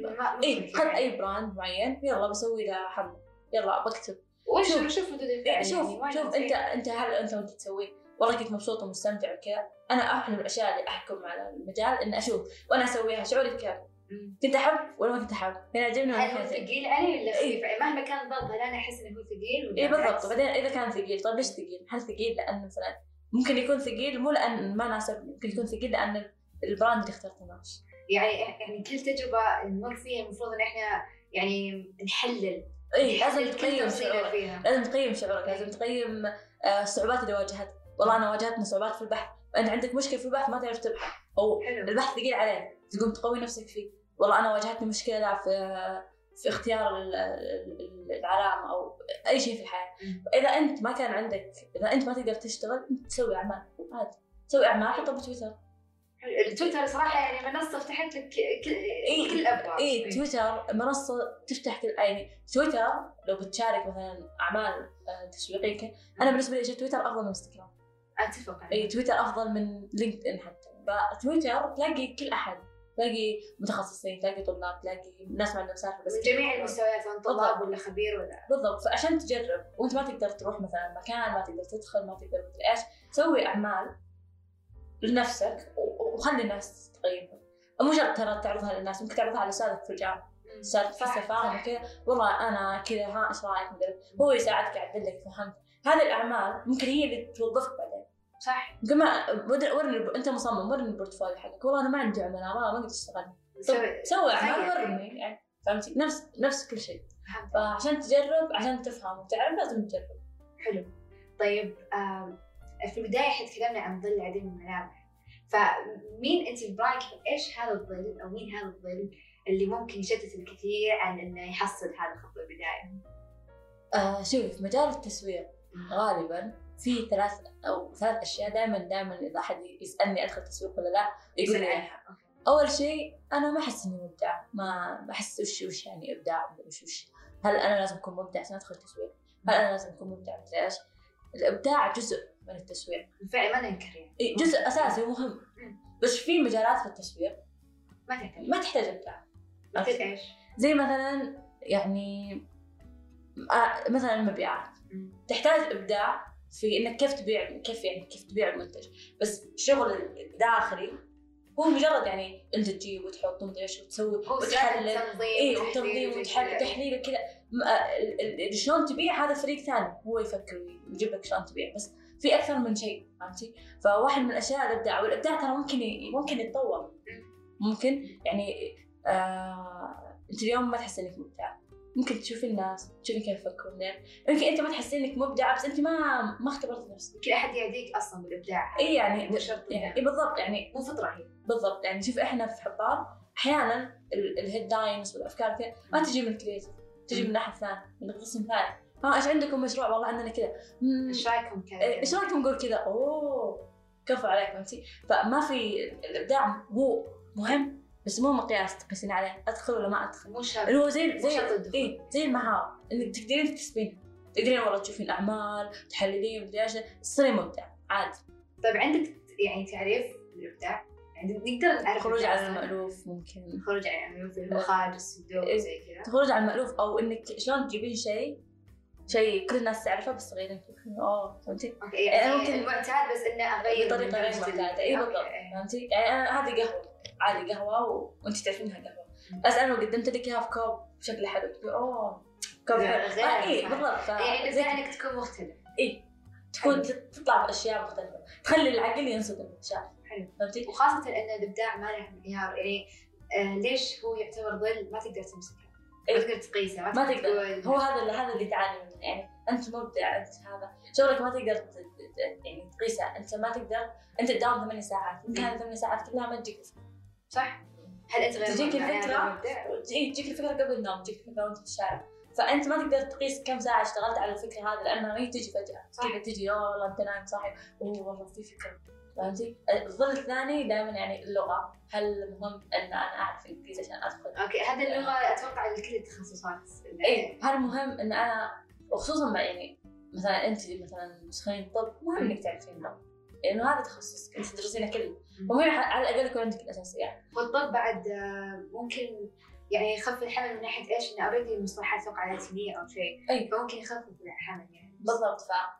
أي براند معين، يلا بسوي له حمل، يلا بكتب شوف ردود الفعل. شوف انت هل انت وانت تسوي والله كنت مبسوط ومستمتع وكذا. انا احلى من الاشياء اللي احكم على المجال ان اشوف وانا اسويها شعوري كيف. كنت احب ولا ما كنت احب، هنا عجبني ولا هل هو ثقيل علي ولا خفيف؟ مهما كان الضغط هل انا احس انه هو ثقيل ولا اي بالضبط. بعدين اذا كان ثقيل، طيب ليش ثقيل؟ هل ثقيل لان مثلا ممكن يكون ثقيل مو لان ما ناسبني، ممكن يكون ثقيل لان البراند اللي اخترته ماشي. يعني كل تجربه نمر فيها المفروض ان احنا يعني نحلل. لازم تقيم شعورك، لازم تقيم الصعوبات اللي واجهتك. والله أنا واجهتني صعوبات في البحث، وأنت عندك مشكلة في البحث ما تعرف تبحث، أو البحث ثقيل عليك تقوم تقوي نفسك فيه. والله أنا واجهتني مشكلة في اختيار العلامة أو أي شيء في الحياة. إذا أنت ما كان عندك، إذا أنت ما تقدر تشتغل، أنت تسوي أعمال عادي، تسوي أعمال حطها بتويتر. تويتر صراحة يعني منصة فتحت لك كل الأبواب. تويتر منصة تفتح كل يعني تويتر لو بتشارك مثلا أعمال تسويقية، أنا بالنسبة لي تويتر أفضل من انستغرام. أتفق. تويتر أفضل من لينكد إن حتى. فتويتر تلاقي كل أحد، تلاقي متخصصين، تلاقي طلاب، تلاقي ناس ما عندهم سالفة، بس من جميع المستويات، سواء طلاب ولا خبير ولا. بالضبط. فعشان تجرب وأنت ما تقدر تروح مثلا مكان، ما تقدر تدخل، ما تقدر تدري إيش، سوي أعمال لنفسك وخلي الناس تقيمها. مو شرط ترى تعرضها للناس، ممكن تعرضها على أستاذك في الجامعة، أستاذ في السفارة وكذا، والله أنا كذا ها إيش رأيك مدري، هو يساعدك يعدل لك. فهمت؟ هذه الأعمال ممكن هي اللي توظفك بعدين. صح. ممكن ما ورني أنت مصمم، ورني البورتفوليو حقك، والله أنا ما عندي عملاء، ما أقدر أشتغل. سوي أعمال ورني يعني. فهمتي؟ نفس كل شيء. فعشان تجرب، عشان تفهم وتعرف لازم تجرب. حلو. طيب في البداية إحنا تكلمنا عن ظل عديم الملامح، فمين أنت برايك إيش هذا الظل، أو مين هذا الظل اللي ممكن يشتت الكثير عن إنه يحصل هذا خط البداية؟ شوف، مجال التسويق غالباً في ثلاث أشياء دائماً إذا أحد يسألني أدخل تسويق ولا لا يقول لي. أول شيء أنا ما أحس إني مبدع، ما بحس وش يعني إبداع وش هل أنا لازم أكون مبدع عشان أدخل التسويق؟ هل أنا لازم أكون مبدع مثل إيش؟ الإبداع جزء من التسويق بالفعل ما ننكر يعني جزء أساسي ومهم، بس في مجالات في التسويق ما تحتاج إبداع. مثل إيش؟ زي مثلا يعني مثلا المبيعات تحتاج إبداع في إنك كيف تبيع المنتج، بس الشغل الداخلي هو مجرد يعني أنت تجيب وتحط وتدش وتسوي وتحلل وتنظيم وتحليل وكذا. شلون تبيع هذا فريق ثاني هو يفكر ويجيب لك شلون تبيع، بس في أكثر من شيء فهمتي. فواحد من الأشياء الإبداع، والإبداع ترى ممكن يتطور، ممكن يعني أنت اليوم ما تحس إنك مبدع، ممكن تشوفي الناس تشوفي كيف يفكرون، يمكن انت ما تحسين انك مبدعه بس انت ما اختبرت نفسك. كل احد يعديك اصلا بالابداع. اي يعني مو شرط يعني بالضبط، يعني مو فطره هي بالضبط. يعني شوف احنا في حبار احيانا الهيدلاينز والافكار كذا ما تجي من الكريتيف، تجي من احد ثاني من قسم ثاني. ايش عندكم مشروع؟ والله عندنا كذا. ايش رايكم كذا؟ ايش رايكم نقول كذا؟ اوه كفو عليك فهمتي. فما في الابداع هو مهم بس مو مقياس تقيسين عليه ادخل ولا ما ادخل. مو شرط. اللي هو زي المهارة انك تقدرين تكسبين، تقدرين والله تشوفين اعمال تحللين مدري ايش تصيرين مبدع عادي. طيب عندك يعني تعريف الابداع؟ يعني نقدر نعرف خروج عن المألوف، ممكن خروج عن المألوف اللي هو خارج الصندوق زي كذا. خروج عن المألوف او انك شلون تجيبين شيء كل الناس تعرفه بس تغيرين فهمتي؟ اوكي يعني ممكن المعتاد بس انه اغير بطريقه غير معتاده. اي بالضبط فهمتي. يعني انا هذه قهوه عادي قهوه وانت تعرفينها قهوه، بس انا لو قدمت لك اياها في كوب بشكل حلو تقول كوب حلو. اي بالضبط. يعني زي انك تكون مختلف. اي تكون تطلع باشياء مختلفه تخلي العقل ينصدم بالاشياء. حلو فهمتي. وخاصه ان الابداع ما له معيار يعني ليش هو يعتبر ظل ما تقدر تمسكه، ما تقدر تقيسه، ما تقدر. هو هذا اللي تعاني منه. يعني انت مبدع، انت هذا شغلك ما تقدر يعني تقيسه. انت ما تقدر، انت تداوم 8 ساعات يمكن هذه 8 ساعات كلها ما تجيك صح. هل انت غير تجيك الفكره تجيك الفكره قبل النوم، تجيك الفكره وانت في الشارع، فانت ما تقدر تقيس كم ساعه اشتغلت على الفكره هذه لانها هي تجي فجاه كذا تجي والله انت نايم صاحي والله في فكره فهمتي. الظل الثاني دائما يعني اللغه. هل مهم ان انا اعرف انجليزي عشان ادخل؟ اوكي هذه اللغه اتوقع لكل التخصصات. اي هل مهم ان انا وخصوصا يعني مثلا انت مثلا مسخين طب مهم انك تعرفين اللغه لانه هذا تخصصك انت تدرسينه كله، وهي على الاقل يكون عندك الاساسيات. والطب بعد ممكن يعني يخفف الحمل من ناحيه ايش؟ انه اوريدي المصطلحات اتوقع لاتينيه او شيء، فممكن يخفف الحمل يعني. بالضبط.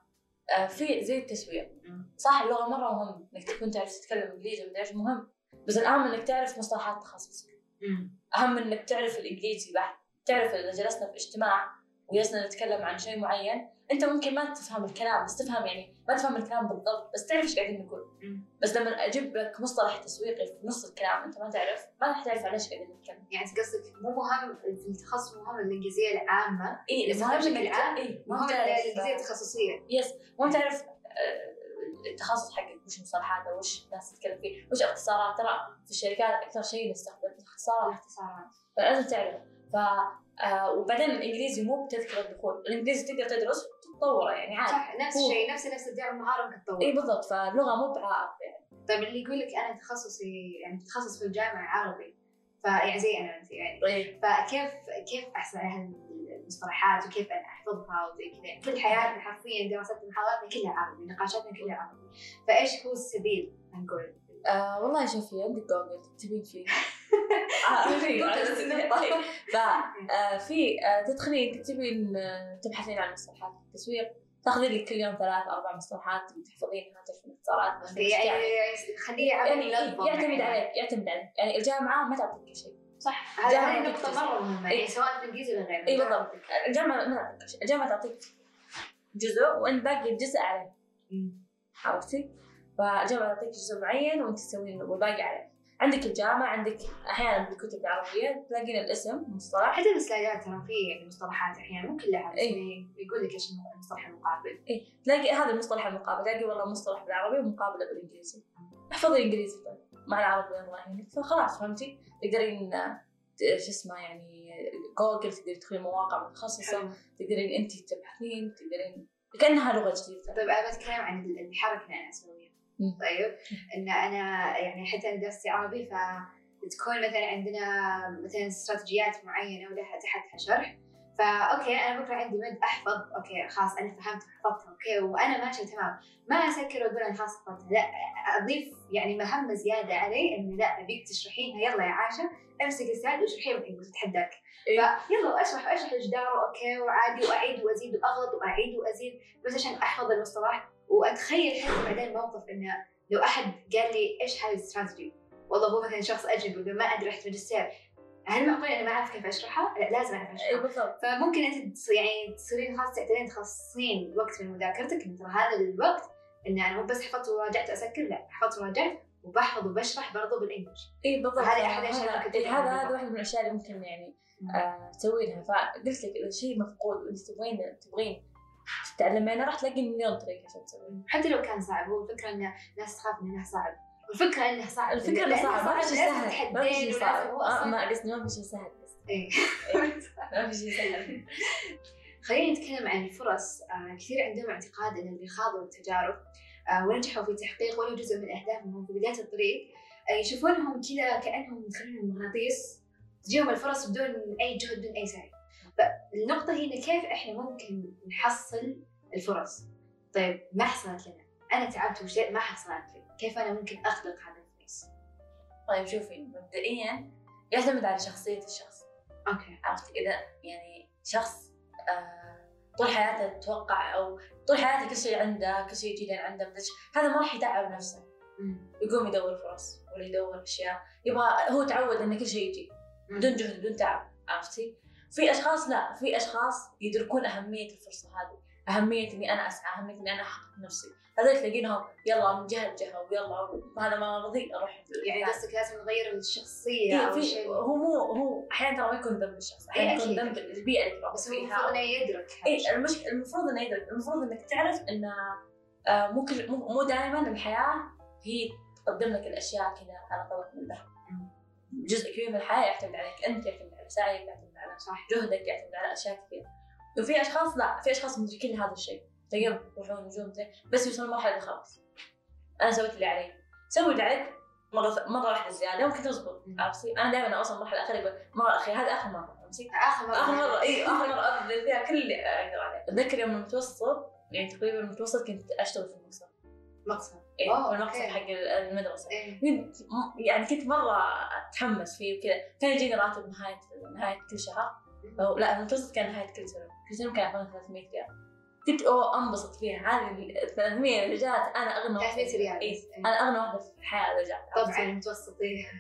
في زي التسويق صح، اللغه مره مهم انك تكون تعرف تتكلم انجليزي ومدري ايش مهم، بس الاهم انك تعرف مصطلحات تخصصك. اهم من انك تعرف الانجليزي بحت. تعرف اذا جلسنا في اجتماع وجلسنا نتكلم عن شيء معين انت ممكن ما تفهم الكلام، بس تفهم يعني ما تفهم الكلام بالضبط بس تعرف ايش قاعدين نقول. بس لما اجيب لك مصطلح تسويقي في نص الكلام انت ما راح تعرف على ايش قاعدين نتكلم. يعني قصدك مو مهم في التخصص، مهم الانجليزيه العامه. مهم العام. مهم الانجليزيه التخصصيه. يس مهم تعرف التخصص حقك وش مصطلحاته وش الناس تتكلم فيه وش اختصارات. ترى في الشركات اكثر شيء نستخدم اختصارات فلازم تعرف. وبعدين الانجليزي مو بتذكر الدخول، الانجليزي تقدر تدرس وتطوره يعني عادي. صح نفس الشيء نفس الدعم المهاره ممكن تطور. اي بالضبط. فاللغه مو بعائق يعني. طيب اللي يقول لك انا تخصصي يعني تخصص في الجامعه عربي فيعني زي انا انت يعني فكيف احصل على المصطلحات وكيف انا احفظها وزي كذا يعني كل حياتنا حرفيا دراسات محاضراتنا كلها عربي، نقاشاتنا كلها عربي، فايش هو السبيل نقول؟ والله شوفي عندك جوجل تكتبين فيه في تدخلين تكتبين تبحثين عن مصطلحات التسويق، تاخذين لك كل يوم 3-4 مصطلحات تحفظينها تعرفين اختصارات. يعني خليه يعتمد عليك يعني الجامعه ما تعطيك كل شيء. صح هذه نقطه مره مهمه يعني سواء في الانجليزي ولا غيره. اي بالضبط. الجامعه ما تعطيك شيء، الجامعه تعطيك جزء وانت باقي الجزء عليه. عرفتي؟ فالجامعه تعطيك جزء معين وانت تسوين والباقي عليه. عندك الجامعة عندك أحياناً بالكتب العربية تلاقين الاسم مصطلح. حتى السلايدات ترى فيه مصطلحات أحياناً مو كلها بس يقول لك إيش المصطلح المقابل. تلاقي هذا المصطلح المقابل، تلاقي والله مصطلح بالعربي ومقابله بالإنجليزي. احفظي الإنجليزي طيب مع العربي الله يهنيك فخلاص فهمتي. تقدرين شو اسمه يعني جوجل، تقدرين تدخلين مواقع متخصصة، تقدرين أنت تبحثين، تقدرين كأنها لغة جديدة. طيب أنا بتكلم عن الحركة اللي أنا أسويها. طيب إن أنا يعني حتى أنا درستي عربي تكون مثلا عندنا مثلا استراتيجيات معينة ولها تحتها شرح. فأوكي أنا بكرة عندي مد أحفظ، أوكي خلاص أنا فهمت وحفظتها أوكي وأنا ماشية تمام، ما أسكر وأقول أنا خلاص حفظتها، لا أضيف يعني مهمة زيادة علي إنه لا أبيك تشرحينها، يلا يا عاشة امسك السلايد واشرحيها بالإنجليزي أتحداك. فيلا أشرح الجدار أوكي وعادي، وأعيد وأزيد وأغلط وأعيد وأزيد بس عشان أحفظ المصطلح. وأتخيل حتى بعدين موقف إنه لو أحد قال لي إيش هذه الاستراتيجي، والله هو مثلا شخص أجنبي ما أدري رحت ماجستير، هل معقول أنا ما أعرف كيف أشرحها؟ لا لازم أعرف أشرحها. بالضبط. فممكن أنت يعني تصيرين خلاص تعتبرين تخصصين وقت من مذاكرتك إن ترى هذا الوقت إن أنا مو بس حفظت وراجعت أسكر، لا حفظت وراجعت وبحفظ وبشرح برضو بالإنجليش. بالضبط. هذه أحد الأشياء ممكن هذا واحد من الأشياء اللي ممكن يعني تسوينها. فقلت لك إذا شيء مفقود وأنت تبغين تتعلمينه راح تلاقي مليون طريقة عشان تسويه، حتى لو كان صعب. هو الفكرة إن الناس تخاف إنه صعب، والفكرة إنه صعب. الفكرة إنه صعب، ما في شيء سهل، ما في شيء صعب. ما قصدي ما في شيء سهل بس. ما في شيء سهل. خلينا نتكلم عن الفرص. كثير عندهم اعتقاد إن اللي خاضوا التجارب ونجحوا في تحقيق ولو جزء من أهدافهم في بداية الطريق يشوفونهم كذا كأنهم مدخلين مغناطيس تجيهم الفرص بدون أي جهد بدون أي سعي. فالنقطة هنا كيف إحنا ممكن نحصل الفرص؟ طيب ما حصلت لنا، أنا تعبت وشيء ما حصلت لي، كيف أنا ممكن أخلق هذا الفرص؟ طيب شوفي، مبدئيا يعتمد على شخصية الشخص. أوكي. عرفت إذا يعني شخص طول حياته تتوقع أو طول حياته كل شيء عنده، كل شيء يجي لين عنده، هذا ما راح يتعب نفسه. يقوم يدور فرص ولا يدور أشياء، يبغى هو تعود إن كل شيء يجي بدون جهد بدون تعب. عرفتي؟ في أشخاص لا، في أشخاص يدركون أهمية الفرصة هذه، أهمية إني أنا أسعى، أهمية إني أنا أحقق نفسي. هذول تلاقينهم يلا من جهة لجهة ويلا هذا ما رضي أروح. يعني قصدك لازم نغير الشخصية أو شيء. هو أحيانا ترى ما يكون ذنب الشخص، أحيانا يكون ذنب البيئة اللي بس هو المفروض إنه يدرك. المفروض إنه يدرك، المفروض إنك تعرف إن مو دائما الحياة هي تقدم لك الأشياء كذا على طبق من ذهب. جزء كبير من الحياة يعتمد عليك أنت، يعتمد على سعيك، يعتمد على جهدك، يعتمد على أشياء كثيرة. وفي أشخاص لا، في أشخاص مدركين هذا الشيء، تلاقيهم يروحون نجوم بس يوصلون مرحلة خلاص أنا سويت اللي علي. سوي اللي عليك مرة واحدة زيادة ممكن تزبط. عرفتي؟ أنا دائما أوصل مرحلة أخيرة أقول مرة أخيرة، هذا آخر مرة. عرفتي؟ آخر مرة آخر مرة أبذل فيها كل اللي أقدر عليه. أتذكر يوم المتوسط، يعني تقريبا المتوسط كنت أشتغل في المقصد. في المقصد حق المدرسة. يعني كنت مرة أتحمس فيه وكذا. كان يجيني راتب نهاية كل شهر، أو لا المتوسط كان نهاية كل سنة كان يعطوني 300 ريال. كنت أنبسط فيها. هذه 300 اللي جات أنا أغنى 300 ريال. أنا أغنى واحدة في الحياة اللي جات. طبعاً المتوسط.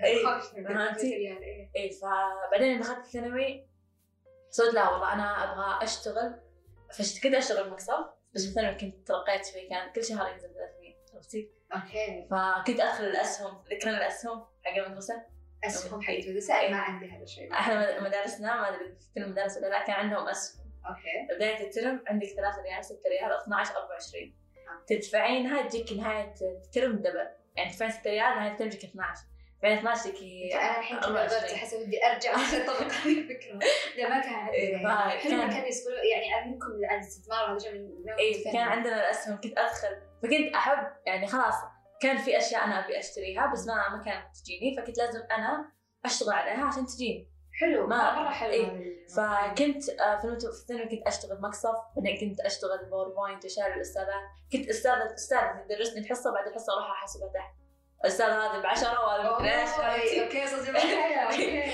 فبعدين دخلت الثانوي صرت لا والله أنا أبغى أشتغل. كنت أشتغل مكسب، بس في الثانوي كنت ترقيت فيه، كان كل شهر ينزل 300. عرفتي؟ أوكي. فكنت أدخل الأسهم، ذكرنا الأسهم حق المدرسة. أسهم حق المدرسة ما عندي هذا الشيء. إحنا مدارسنا ما أدري في كل المدارس ولا لا، كان عندهم أسهم. أوكي. بداية الترم عندك 3 ريال 6 ريال 12 24 تدفعينها تجيك نهاية الترم دبل، يعني تدفعين 6 ريال نهاية الترم تجيك 12، يعني 12 تجيك. أنا الحين كذا قدرت أحس ودي أرجع أطبق هذه الفكرة. لا ما كان عندي. حلو كان يسألوا يعني علمكم عن الاستثمار وهذا شيء من. كان عندنا الأسهم، كنت أدخل فكنت أحب يعني خلاص كان في أشياء أنا أبي أشتريها بس ما كانت تجيني، فكنت لازم أنا أشتغل عليها عشان تجيني. حلو مرة حلو. فكنت في الثانوي كنت أشتغل مكسب، بعدين كنت أشتغل باوربوينت وشاري الأستاذات. كنت أستاذ تدرسني الحصة، بعد الحصة أروح أحاسبها تحت الأستاذ هذا ب10 وهذا ب11. أوكي صدق.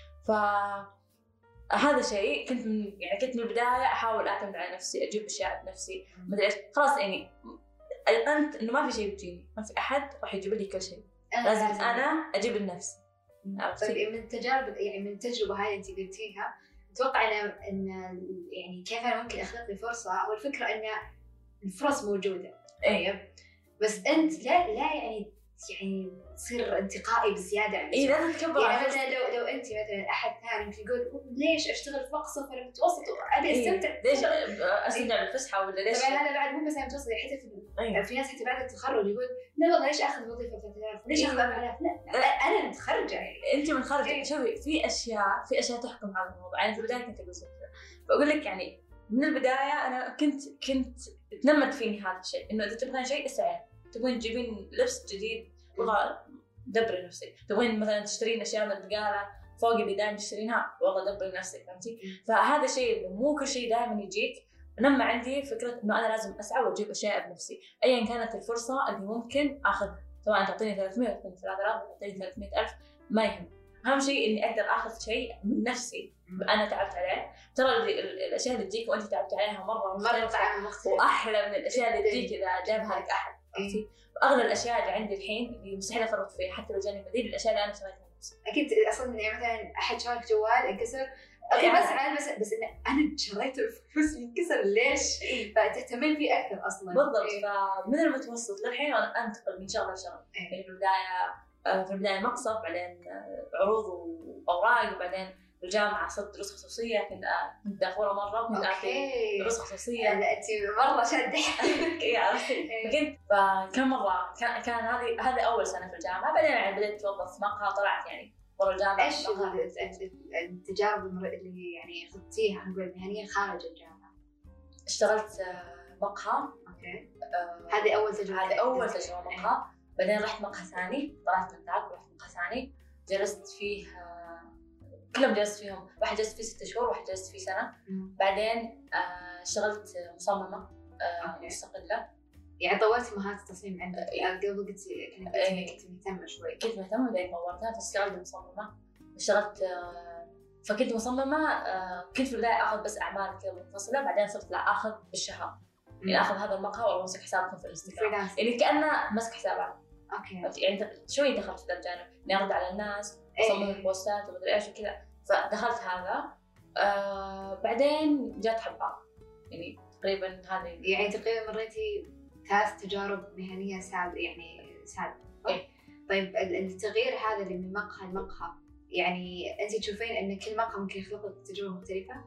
فهذا شيء كنت كنت من البداية أحاول أعتمد على نفسي، أجيب أشياء بنفسي، ما أدري إيش. خلاص يعني أيقنت إنه ما في شيء بتجيني، ما في أحد راح يجيب لي كل شيء، لازم أنا أجيب لنفسي. طيب من التجارب يعني من التجربة هاي أنت قلتيها، أتوقع إن يعني كيف أنا ممكن أخلق لي فرصة، والفكرة إن الفرص موجودة. طيب بس أنت لا يعني تصير انتقائي بزيادة عن اللزوم. لازم تكبر. يعني مثلا لو أنت مثلا أحد ثاني ممكن يقول ليش أشتغل في مقصف ولا متوسط وأبي أستمتع. ليش أستمتع بالفسحة ولا ليش؟ طبعا هذا بعد مو بس متوسط، حتى في ناس حتى بعد التخرج يقول لا والله ليش أخذ وظيفة 3000 ليش أخذ 4000. لا أنا متخرجة يعني. أنت متخرجة. شوفي في أشياء تحكم هذا الموضوع. أنا في البداية كنت بقول لك يعني من البداية أنا كنت تنمت فيني هذا الشيء، إنه إذا تبغين شيء اسعي، تبغين تجيبين لبس جديد والله دبري نفسك. تبغين مثلا تشترين اشياء من البقاله فوق اللي دائما تشترينها، والله دبري نفسك، فهمتي؟ فهذا الشيء مو كل شيء دائما يجيك. لما عندي فكره انه انا لازم اسعى واجيب اشياء بنفسي ايا كانت الفرصه اللي ممكن اخذها، سواء تعطيني 300 تعطيني 3000 تعطيني 300,000 ما يهم. اهم شيء اني اقدر اخذ شيء من نفسي انا تعبت عليه. ترى الاشياء اللي تجيك وانت تعبت عليها مره مختلفه واحلى من الاشياء اللي تجيك اذا جابها لك احد. اغلى الاشياء اللي عندي الحين اللي مستحيل افرط فيها حتى لو جاني بديل، الاشياء اللي انا سويتها نفسي. اكيد اصلا يعني مثلا احد شارك جوال انكسر بس ان انا شريته بفلوس ينكسر ليش؟ فتهتمين فيه اكثر اصلا. بالضبط. فمن المتوسط للحين انا انتقل من شغله لشغله. يعني في البدايه مقصف، بعدين عروض واوراق، وبعدين في الجامعه صرت دروس خصوصيه. كنت دافوره مره كنت اعطي دروس خصوصيه. لا انت مره شاده فكنت فكم مره كان هذه اول سنه في الجامعه. بعدين يعني بديت اتوظف في مقهى، طلعت يعني برا الجامعه. ايش التجارب اللي يعني خذتيها نقول مهنيه خارج الجامعه؟ اشتغلت مقهى. اوكي. هذه اول تجربه مقهى. بعدين رحت مقهى ثاني، طلعت من ذاك ورحت مقهى ثاني جلست فيه كلهم جلست فيهم. واحد جلست فيه 6 شهور، واحد جلست فيه سنة. بعدين اشتغلت مصممة مستقلة. يعني طورتي مهارات التصميم عندك؟ قبل قلت كنت مهتمة شوي. كنت مهتمة بعدين طورتها فاشتغلت مصممة. اشتغلت فكنت مصممة. كنت في البداية آخذ بس أعمال كذا منفصلة، بعدين صرت لا آخذ بالشهر. يعني آخذ هذا المقهى والله أمسك حسابكم في الانستغرام، يعني كأنه مسك حسابات. اوكي. يعني شوي دخلت في ذا الجانب اني ارد على الناس، اصمم البوستات ومدري ايش وكذا، فدخلت هذا. بعدين جات حبار. يعني تقريبا هذه يعني تقريبا مريتي 3 تجارب مهنيه سابقه. إيه؟ طيب التغيير هذا اللي من مقهى لمقهى، يعني انت تشوفين ان كل مقهى ممكن يخلق لك تجربه مختلفه؟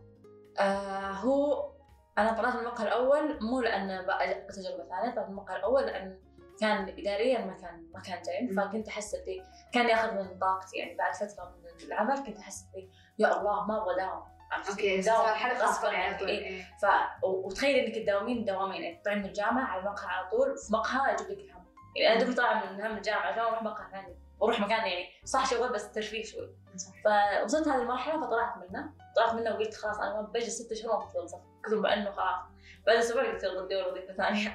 هو انا طلعت من المقهى الاول مو لان بقى تجربه ثانيه، طلعت من المقهى الاول لان كان إدارياً ما كان جيد. فكنت أحس إني كان ياخذ من طاقتي. يعني بعد فترة من العمل كنت أحس إني يا الله ما أبغى داوم. أوكي. حلقة غصباً عني. وتخيل إنك تداومين دوامين، يعني تطلعين من الجامعة على المقهى على طول، في مقهى يجيب لك الهم. يعني أنا دوبي طالعة من هم الجامعة عشان أروح مقهى ثاني وأروح مكان يعني صح شغل بس ترفيه شوي. فوصلت هذه المرحلة فطلعت منها وقلت خلاص أنا ما بجي 6 شهور ما بتوظف كذا، بأنه خلاص بعد أسبوع قلت بدي وظيفة ثانية.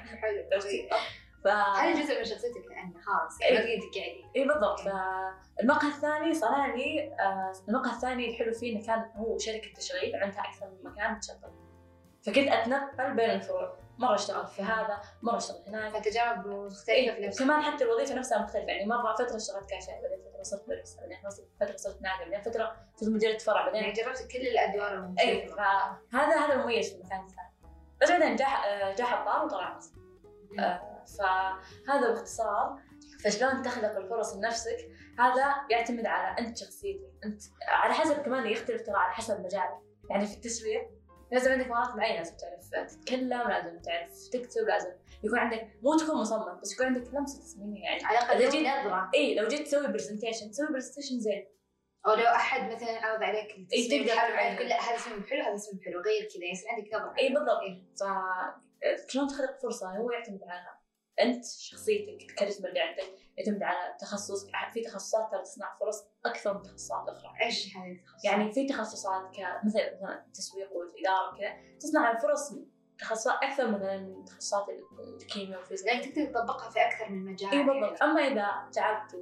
هذا جزء من شخصيتك لأنه خلاص ما تقدري تقعدي. اي بالضبط. فالمقهى الثاني صار لي المقهى الثاني الحلو فيه انه كان هو شركة تشغيل عندها أكثر من مكان تشغل، فكنت أتنقل بين الفروع، مرة اشتغلت في هذا مرة اشتغلت هناك، فتجارب مختلفة في نفسها. كمان حتى الوظيفة نفسها مختلفة. يعني مرة فترة اشتغلت كاشير، بعدين فترة صرت بريس، بعدين فترة صرت نادم، بعدين فترة صرت مديرة فرع، بعدين يعني جربت كل الأدوار المختلفة. فهذا المميز في المكان الثاني. بس بعدين جاء حبار وطلعت. فهذا باختصار. فشلون تخلق الفرص لنفسك هذا يعتمد على أنت شخصيتك، أنت على حسب كمان يختلف ترى على حسب مجالك. يعني في التسويق لازم عندك مهارات معينة، لازم تعرف تتكلم، لازم تعرف تكتب، لازم يكون عندك مو تكون مصمم بس يكون عندك لمسة تصميمية. يعني على الأقل نظرة. لو جيت تسوي برزنتيشن زين، أو لو أحد مثلا عرض عليك التصميم حلو تقول لا هذا اسمه حلو هذا اسمه حلو غير كذا، يصير عندك نظرة. بالضبط. فشلون تخلق فرصة هو يعتمد على أنت شخصيتك، الكاريزما اللي عندك، يعتمد على تخصص. في تخصصات ترى تصنع فرص أكثر من تخصصات أخرى. إيش هذه التخصصات؟ يعني في تخصصات مثلا التسويق والإدارة وكذا تصنع الفرص تخصصات أكثر من تخصصات الكيمياء والفيزياء، يعني تقدر تطبقها في أكثر من مجال. بالضبط. أما إذا تعبت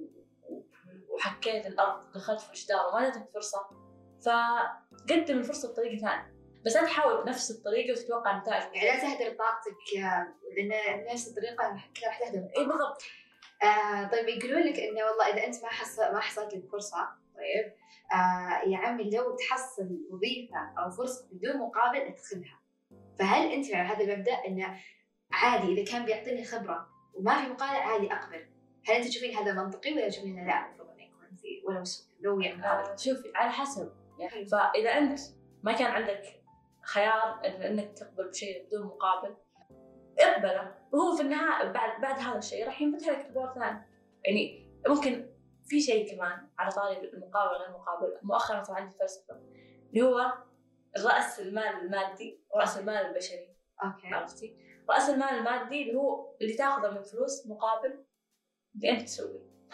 وحكيت الأرض دخلت في الجدار وما جاتك فرصة، فقدم الفرصة بطريقة ثانية، بس لا تحاول بنفس الطريقة وتتوقع نتائج. يعني لا تهدر طاقتك، لأن نفس الطريقة راح تهدر. بالضبط. طيب يقولون لك إنه والله إذا أنت ما حصلت لك فرصة، طيب يا عمي لو تحصل وظيفة أو فرصة بدون مقابل ادخلها. فهل أنت على هذا المبدأ إنه عادي إذا كان بيعطيني خبرة وما في مقابل عادي أقبل؟ هل أنت تشوفين هذا منطقي ولا تشوفين إنه لا المفروض إنه يكون في ولو يعني مقابل؟ شوفي على حسب يعني. فإذا أنت ما كان عندك خيار إنك تقبل بشيء بدون مقابل اقبله، وهو في النهاية بعد هذا الشيء راح ينفتح لك أبواب ثانية. يعني ممكن في شيء كمان على طاري المقابل غير المقابل، مؤخرا صار عندي فلسفة اللي هو رأس المال المادي ورأس المال البشري. أوكي. عرفتي؟ رأس المال المادي اللي هو اللي تأخذه من فلوس مقابل اللي أنت تسويه،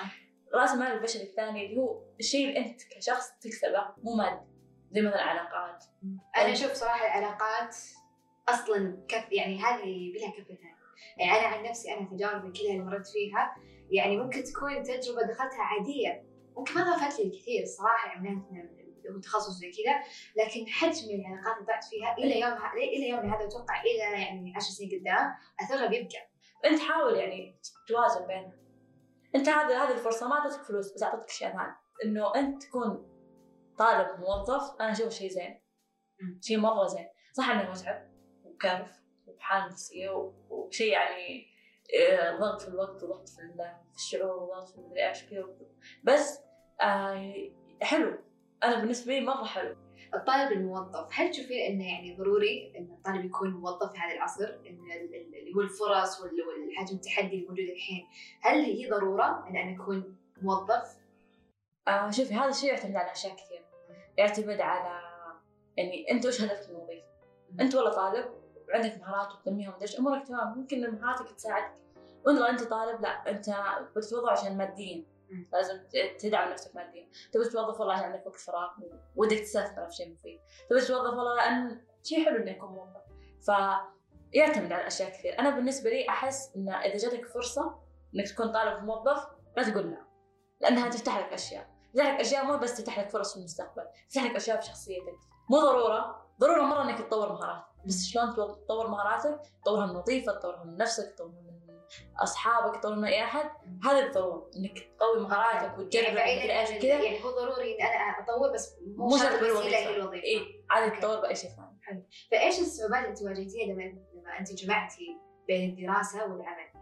راس المال البشري الثاني اللي هو الشيء اللي انت كشخص تكسبه مو مادي، زي مثلا علاقات. انا اشوف صراحه العلاقات اصلا يعني هذه بلها كفتين. يعني انا عن نفسي انا تجاربي كلها اللي مرت فيها يعني ممكن تكون تجربه دخلتها عاديه، ممكن ما ضافت لي كثير الصراحه يعني هو تخصص زي كذا، لكن حجم العلاقات اللي ضعت فيها الى يومنا هذا اتوقع الى يعني 10 سنين قدام اثرها بيبقى. انت حاول يعني توازن بينها. انت هذه الفرصه ما اعطتك فلوس بس اعطتك شيء ثاني، انه انت تكون طالب موظف. انا اشوف شيء زين، شيء مره زين. صح انه متعب وكارف وحالة نفسيه وشيء يعني ضغط في الوقت وضغط في الشعور وضغط في المدري ايش كذا، بس حلو. انا بالنسبه لي مره حلو. الطالب الموظف، هل تشوفين انه يعني ضروري ان الطالب يكون موظف في هذا العصر، ان اللي هو الفرص والحجم التحدي الموجود الحين، هل هي ضروره ان انا اكون موظف؟ شوفي هذا الشيء يعتمد على اشياء كثير. يعتمد على يعني انت وش هدفك من الوظيفه. انت والله طالب وعندك مهارات وتنميها ومدري امورك تمام، ممكن مهاراتك تساعدك. وإذا أنت طالب لا أنت بتتوظف عشان ماديا، لازم تدعم نفسك ماديا. تبي تتوظف والله عشان عندك وقت فراغ ودك تستثمر في شيء مفيد. تبي تتوظف والله لأن شيء حلو إنك تكون موظف. فيعتمد على أشياء كثير. أنا بالنسبة لي أحس إن إذا جاتك فرصة إنك تكون طالب موظف لا تقول لا، لأنها تفتح لك أشياء. تفتح لك أشياء مو بس تفتح لك فرص في المستقبل، تفتح لك أشياء في شخصيتك. مو ضرورة مرة إنك تطور مهارات، بس شلون تطور مهاراتك؟ تطورها من وظيفة، تطورها من نفسك، تطورها من أصحابك، تطورها من أي أحد. هذا الضرورة إنك تقوي مهاراتك وتجرب يعني إيش كذا. يعني هو ضروري إن أنا أطور بس مو شرط بالوظيفة هي الوظيفة. إيه عادي تطور بأي شيء ثاني. حلو. فإيش الصعوبات اللي تواجهتيها لما أنت جمعتي بين الدراسة والعمل؟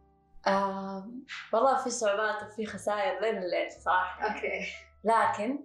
والله في صعوبات وفي خسائر لين الليل صراحة. أوكي. لكن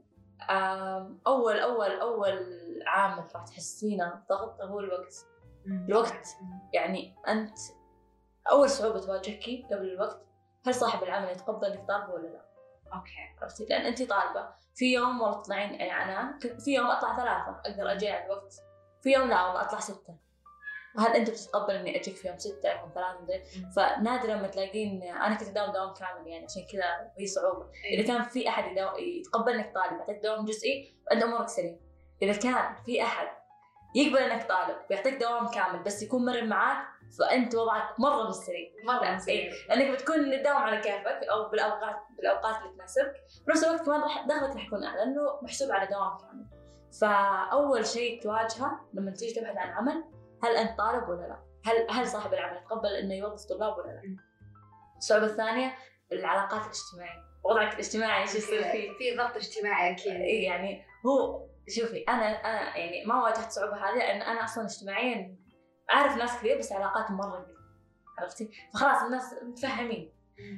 أول عامل راح تحسينه ضغط هو الوقت. الوقت يعني أنت أول صعوبة تواجهك قبل الوقت، هل صاحب العمل يتقبل إنك طالبة ولا لا؟ أوكي. عرفتي؟ لأن أنت طالبة في يوم والله تطلعين، يعني أنا في يوم أطلع 3 أقدر أجي على الوقت، في يوم لا والله أطلع 6. هل أنت بتتقبل إني أجيك في يوم 6 يوم 3؟ فنادرا ما تلاقين. أنا كنت دوام كامل يعني عشان كذا هي صعوبة. إذا كان في أحد يتقبل إنك طالب يعطيك دوام جزئي وأنت أمورك سليم. إذا كان في أحد يقبل إنك طالب ويعطيك دوام كامل بس يكون مرن معاك، فأنت وضعك مرة بالسليم. مرة بالسليم. لأنك بتكون الدوام على كيفك أو بالأوقات اللي تناسبك. بنفس الوقت كمان دخلك راح يكون أعلى لأنه محسوب على دوام كامل. فأول شيء تواجهه لما تيجي تبحث عن عمل، هل أنت طالب ولا لا؟ هل صاحب العمل يتقبل إنه يوظف طلاب ولا لا؟ الصعوبة الثانية العلاقات الاجتماعية. وضعك الاجتماعي ايش يصير فيه؟ في ضغط اجتماعي أكيد. يعني هو شوفي أنا يعني ما واجهت الصعوبة هذه لأن أنا أصلاً اجتماعياً أعرف ناس كثير بس علاقاتهم مرة قليلة. عرفتي؟ فخلاص الناس متفهمين.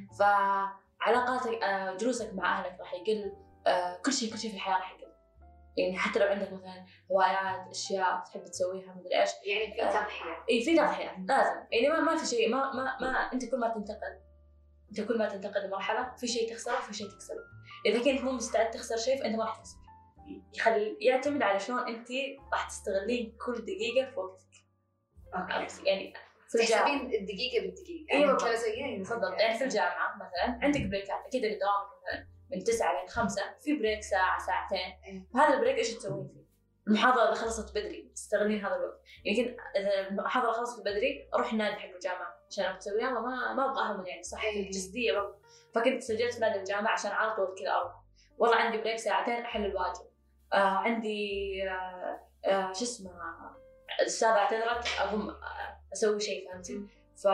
فعلاقاتك جلوسك مع أهلك راح يقل. كل شيء في الحياة راح يقل. يعني حتى لو عندك مثلا هوايات أشياء تحب تسويها مدري إيش، يعني في تضحية. في تضحية لازم. يعني ما في شيء ما أنت كل ما تنتقل لمرحلة في شيء تخسره وفي شيء تكسبه. إذا كنت مو مستعد تخسر شيء فأنت ما راح تخسر. يعتمد على شلون أنت راح تستغلين كل دقيقة في وقتك. يعني في تحسبين الدقيقة بالدقيقة. أيوة بالضبط. يعني في الجامعة مثلا عندك بريكات أكيد اللي دوامك مثلا من 9 ل 5 في بريك ساعة ساعتين. هذا البريك إيش تسوين فيه؟ المحاضرة إذا خلصت بدري تستغلين هذا الوقت. يعني إذا المحاضرة خلصت بدري أروح النادي حق الجامعة عشان أسوي يلا ما أبغى أهمل يعني صحتي الجسدية برضه. فكنت سجلت في نادي الجامعة عشان على طول كذا أروح. والله عندي بريك 2 ساعة أحل الواجب. عندي شو اسمه الأستاذة اعتذرت أقوم أسوي شيء. فهمتي؟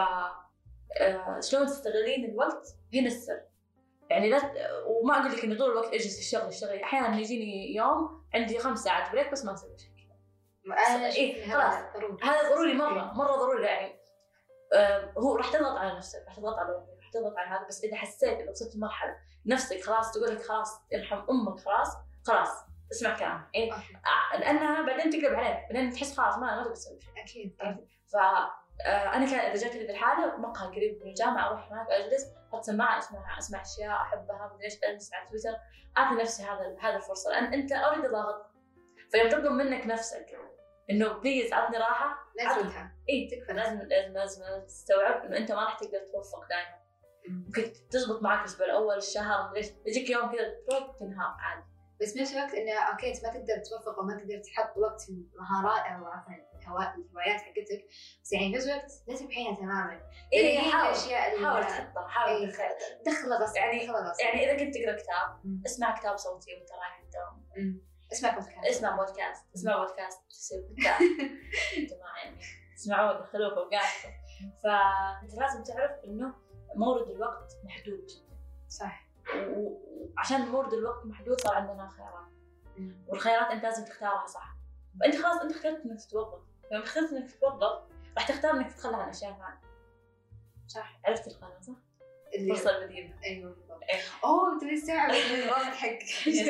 شلون تستغلين الوقت هنا السر. يعني لا وما أقول لك إن طول الوقت أجلس في الشغل. أحياناً يجيني يوم عندي 5 ساعات بريك بس ما أسوي شيء. خلاص هذا ضروري مرة ضروري. يعني هو راح تضغط على نفسك، راح تضغط على الوظيفة، راح تضغط على هذا. بس إذا حسيت إذا وصلت لمرحلة نفسك خلاص تقول لك خلاص ارحم أمك خلاص اسمع كلام. يعني لأنها بعدين تقلب عليك، بعدين تحس خلاص ما تبي تسوي شيء. أكيد. أنا كان إذا جاتني ذي الحالة مقهى قريب من الجامعة أروح هناك أجلس أحط سماعة أسمع أشياء أحبها مدري إيش، أجلس على تويتر أعطي نفسي هذا الفرصة. لأن أنت أوريدي ضاغط. فيوم تطلب منك نفسك إنه بليز عطني راحة لازمها. تكفى. لازم تستوعب إنه أنت ما راح تقدر توفق دائما. ممكن تزبط معك الأسبوع الأول الشهر، ليش يجيك يوم كذا تروح تنهار عادي. بس بنفس الوقت إنه أوكي أنت ما تقدر توفق أو ما تقدر تحط وقت المهارات أو عفوا الهوايات حقتك، بس يعني بنفس الوقت لا تمحيها تماما. إيه حاول تحطها، حاول دخل غصب يعني إذا كنت تقرأ كتاب اسمع كتاب صوتي وأنت رايح الدوام. اسمع بودكاست تصير بالتاب جماعة يعني اسمعوه دخلوه فوقاتكم. فأنت لازم تعرف إنه مورد الوقت محدود. صح. وعشان مورد الوقت محدود صار عندنا خيارات، والخيارات أنت لازم تختارها صح. فأنت خلاص أنت اخترت إنك تتوظف، لما اخترت إنك تتوظف راح تختار إنك تتخلى عن أشياء ثانية. صح. عرفت القناة صح؟ فرصة البديلة. أيوة بالضبط. أنت مستوعب الرابط حقك.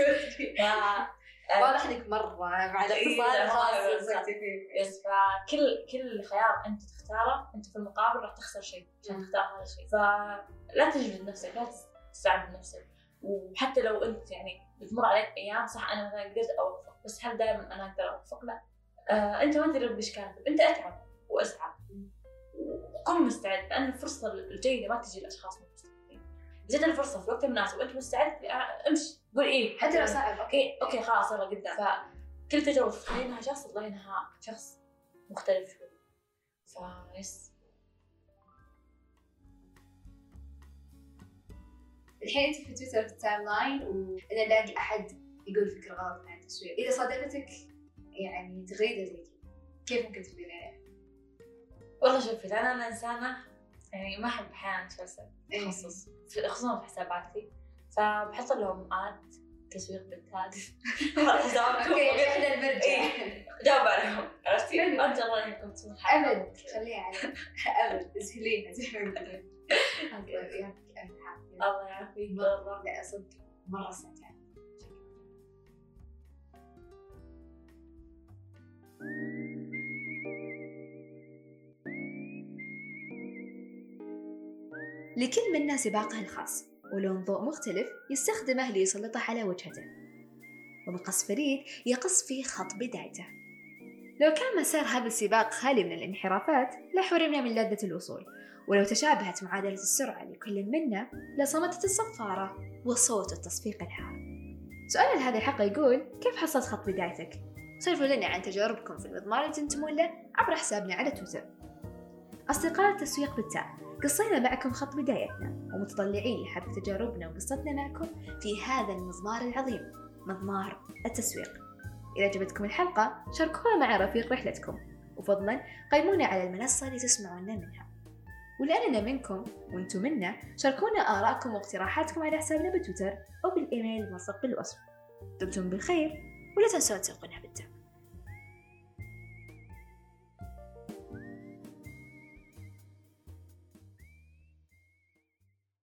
واضح لك مرة مع الاتصال خاص صرتي فيه. يس. فكل خيار أنت تختاره أنت في المقابل راح تخسر شيء عشان تختار هذا الشيء. فلا تجلد نفسك، لا تستعب نفسك. وحتى لو أنت يعني بتمر عليك أيام صح أنا مثلا قدرت أوفق، بس هل دائما أنا أقدر أوفق؟ لا. أنت ما تدري إيش كاتب، أنت أتعب وأسعى وكن مستعد، لأن الفرصة الجيدة ما تجي لأشخاص مستعدين. جد الفرصة في الوقت المناسب وأنت مستعد امشي قول إيه حتى لو صعب. أوكي خلاص يلا قدام. فكل تجربة تخلينها شخص تطلعينها شخص مختلف شوي. فيس. الحين أنت في تويتر في التايم لاين وأنا ألاقي أحد يقول فكرة غلط عن التسويق، إذا صادفتك يعني تغريدة زي كذا كيف ممكن تقولين عليها؟ والله شوفي أنا إنسانة يعني ما أحب أحيانا أتفلسف أخصص خصوصا في حساباتي، فبحط لهم تسويق بالتالي. اوكي احنا المرجع جاوب عليهم عرفتي؟ انت الله يهديكم تسوون حاجه ابد خليها عليك ابد اسهليها زي ما قلت. الله يعافيك والله. لا صدق مره استمتعت. لكل منا سباقه الخاص ولون ضوء مختلف يستخدمه ليسلطه على وجهته، ومقص فريد يقص فيه خط بدايته. لو كان مسار هذا السباق خالي من الانحرافات لحرمنا من لذة الوصول، ولو تشابهت معادلة السرعة لكل منا لصمتت الصفارة وصوت التصفيق الحار. سؤال هذه الحلقة يقول كيف حصلت خط بدايتك؟ سولفوا لنا عن تجاربكم في المضمار اللي تنتمون له عبر حسابنا على تويتر. أصدقاء التسويق بالتاء، قصينا معكم خط بدايتنا ومتطلعين لحب تجاربنا وقصتنا معكم في هذا المضمار العظيم، مضمار التسويق. إذا عجبتكم الحلقة شاركوها مع رفيق رحلتكم، وفضلا قيمونا على المنصة اللي تسمعونا منها. ولأننا منكم وانتم منا شاركونا آراءكم واقتراحاتكم على حسابنا بتويتر أو بالإيميل المرفق بالوصف. دمتم بالخير ولا تنسوا تسوقونا بالتاء.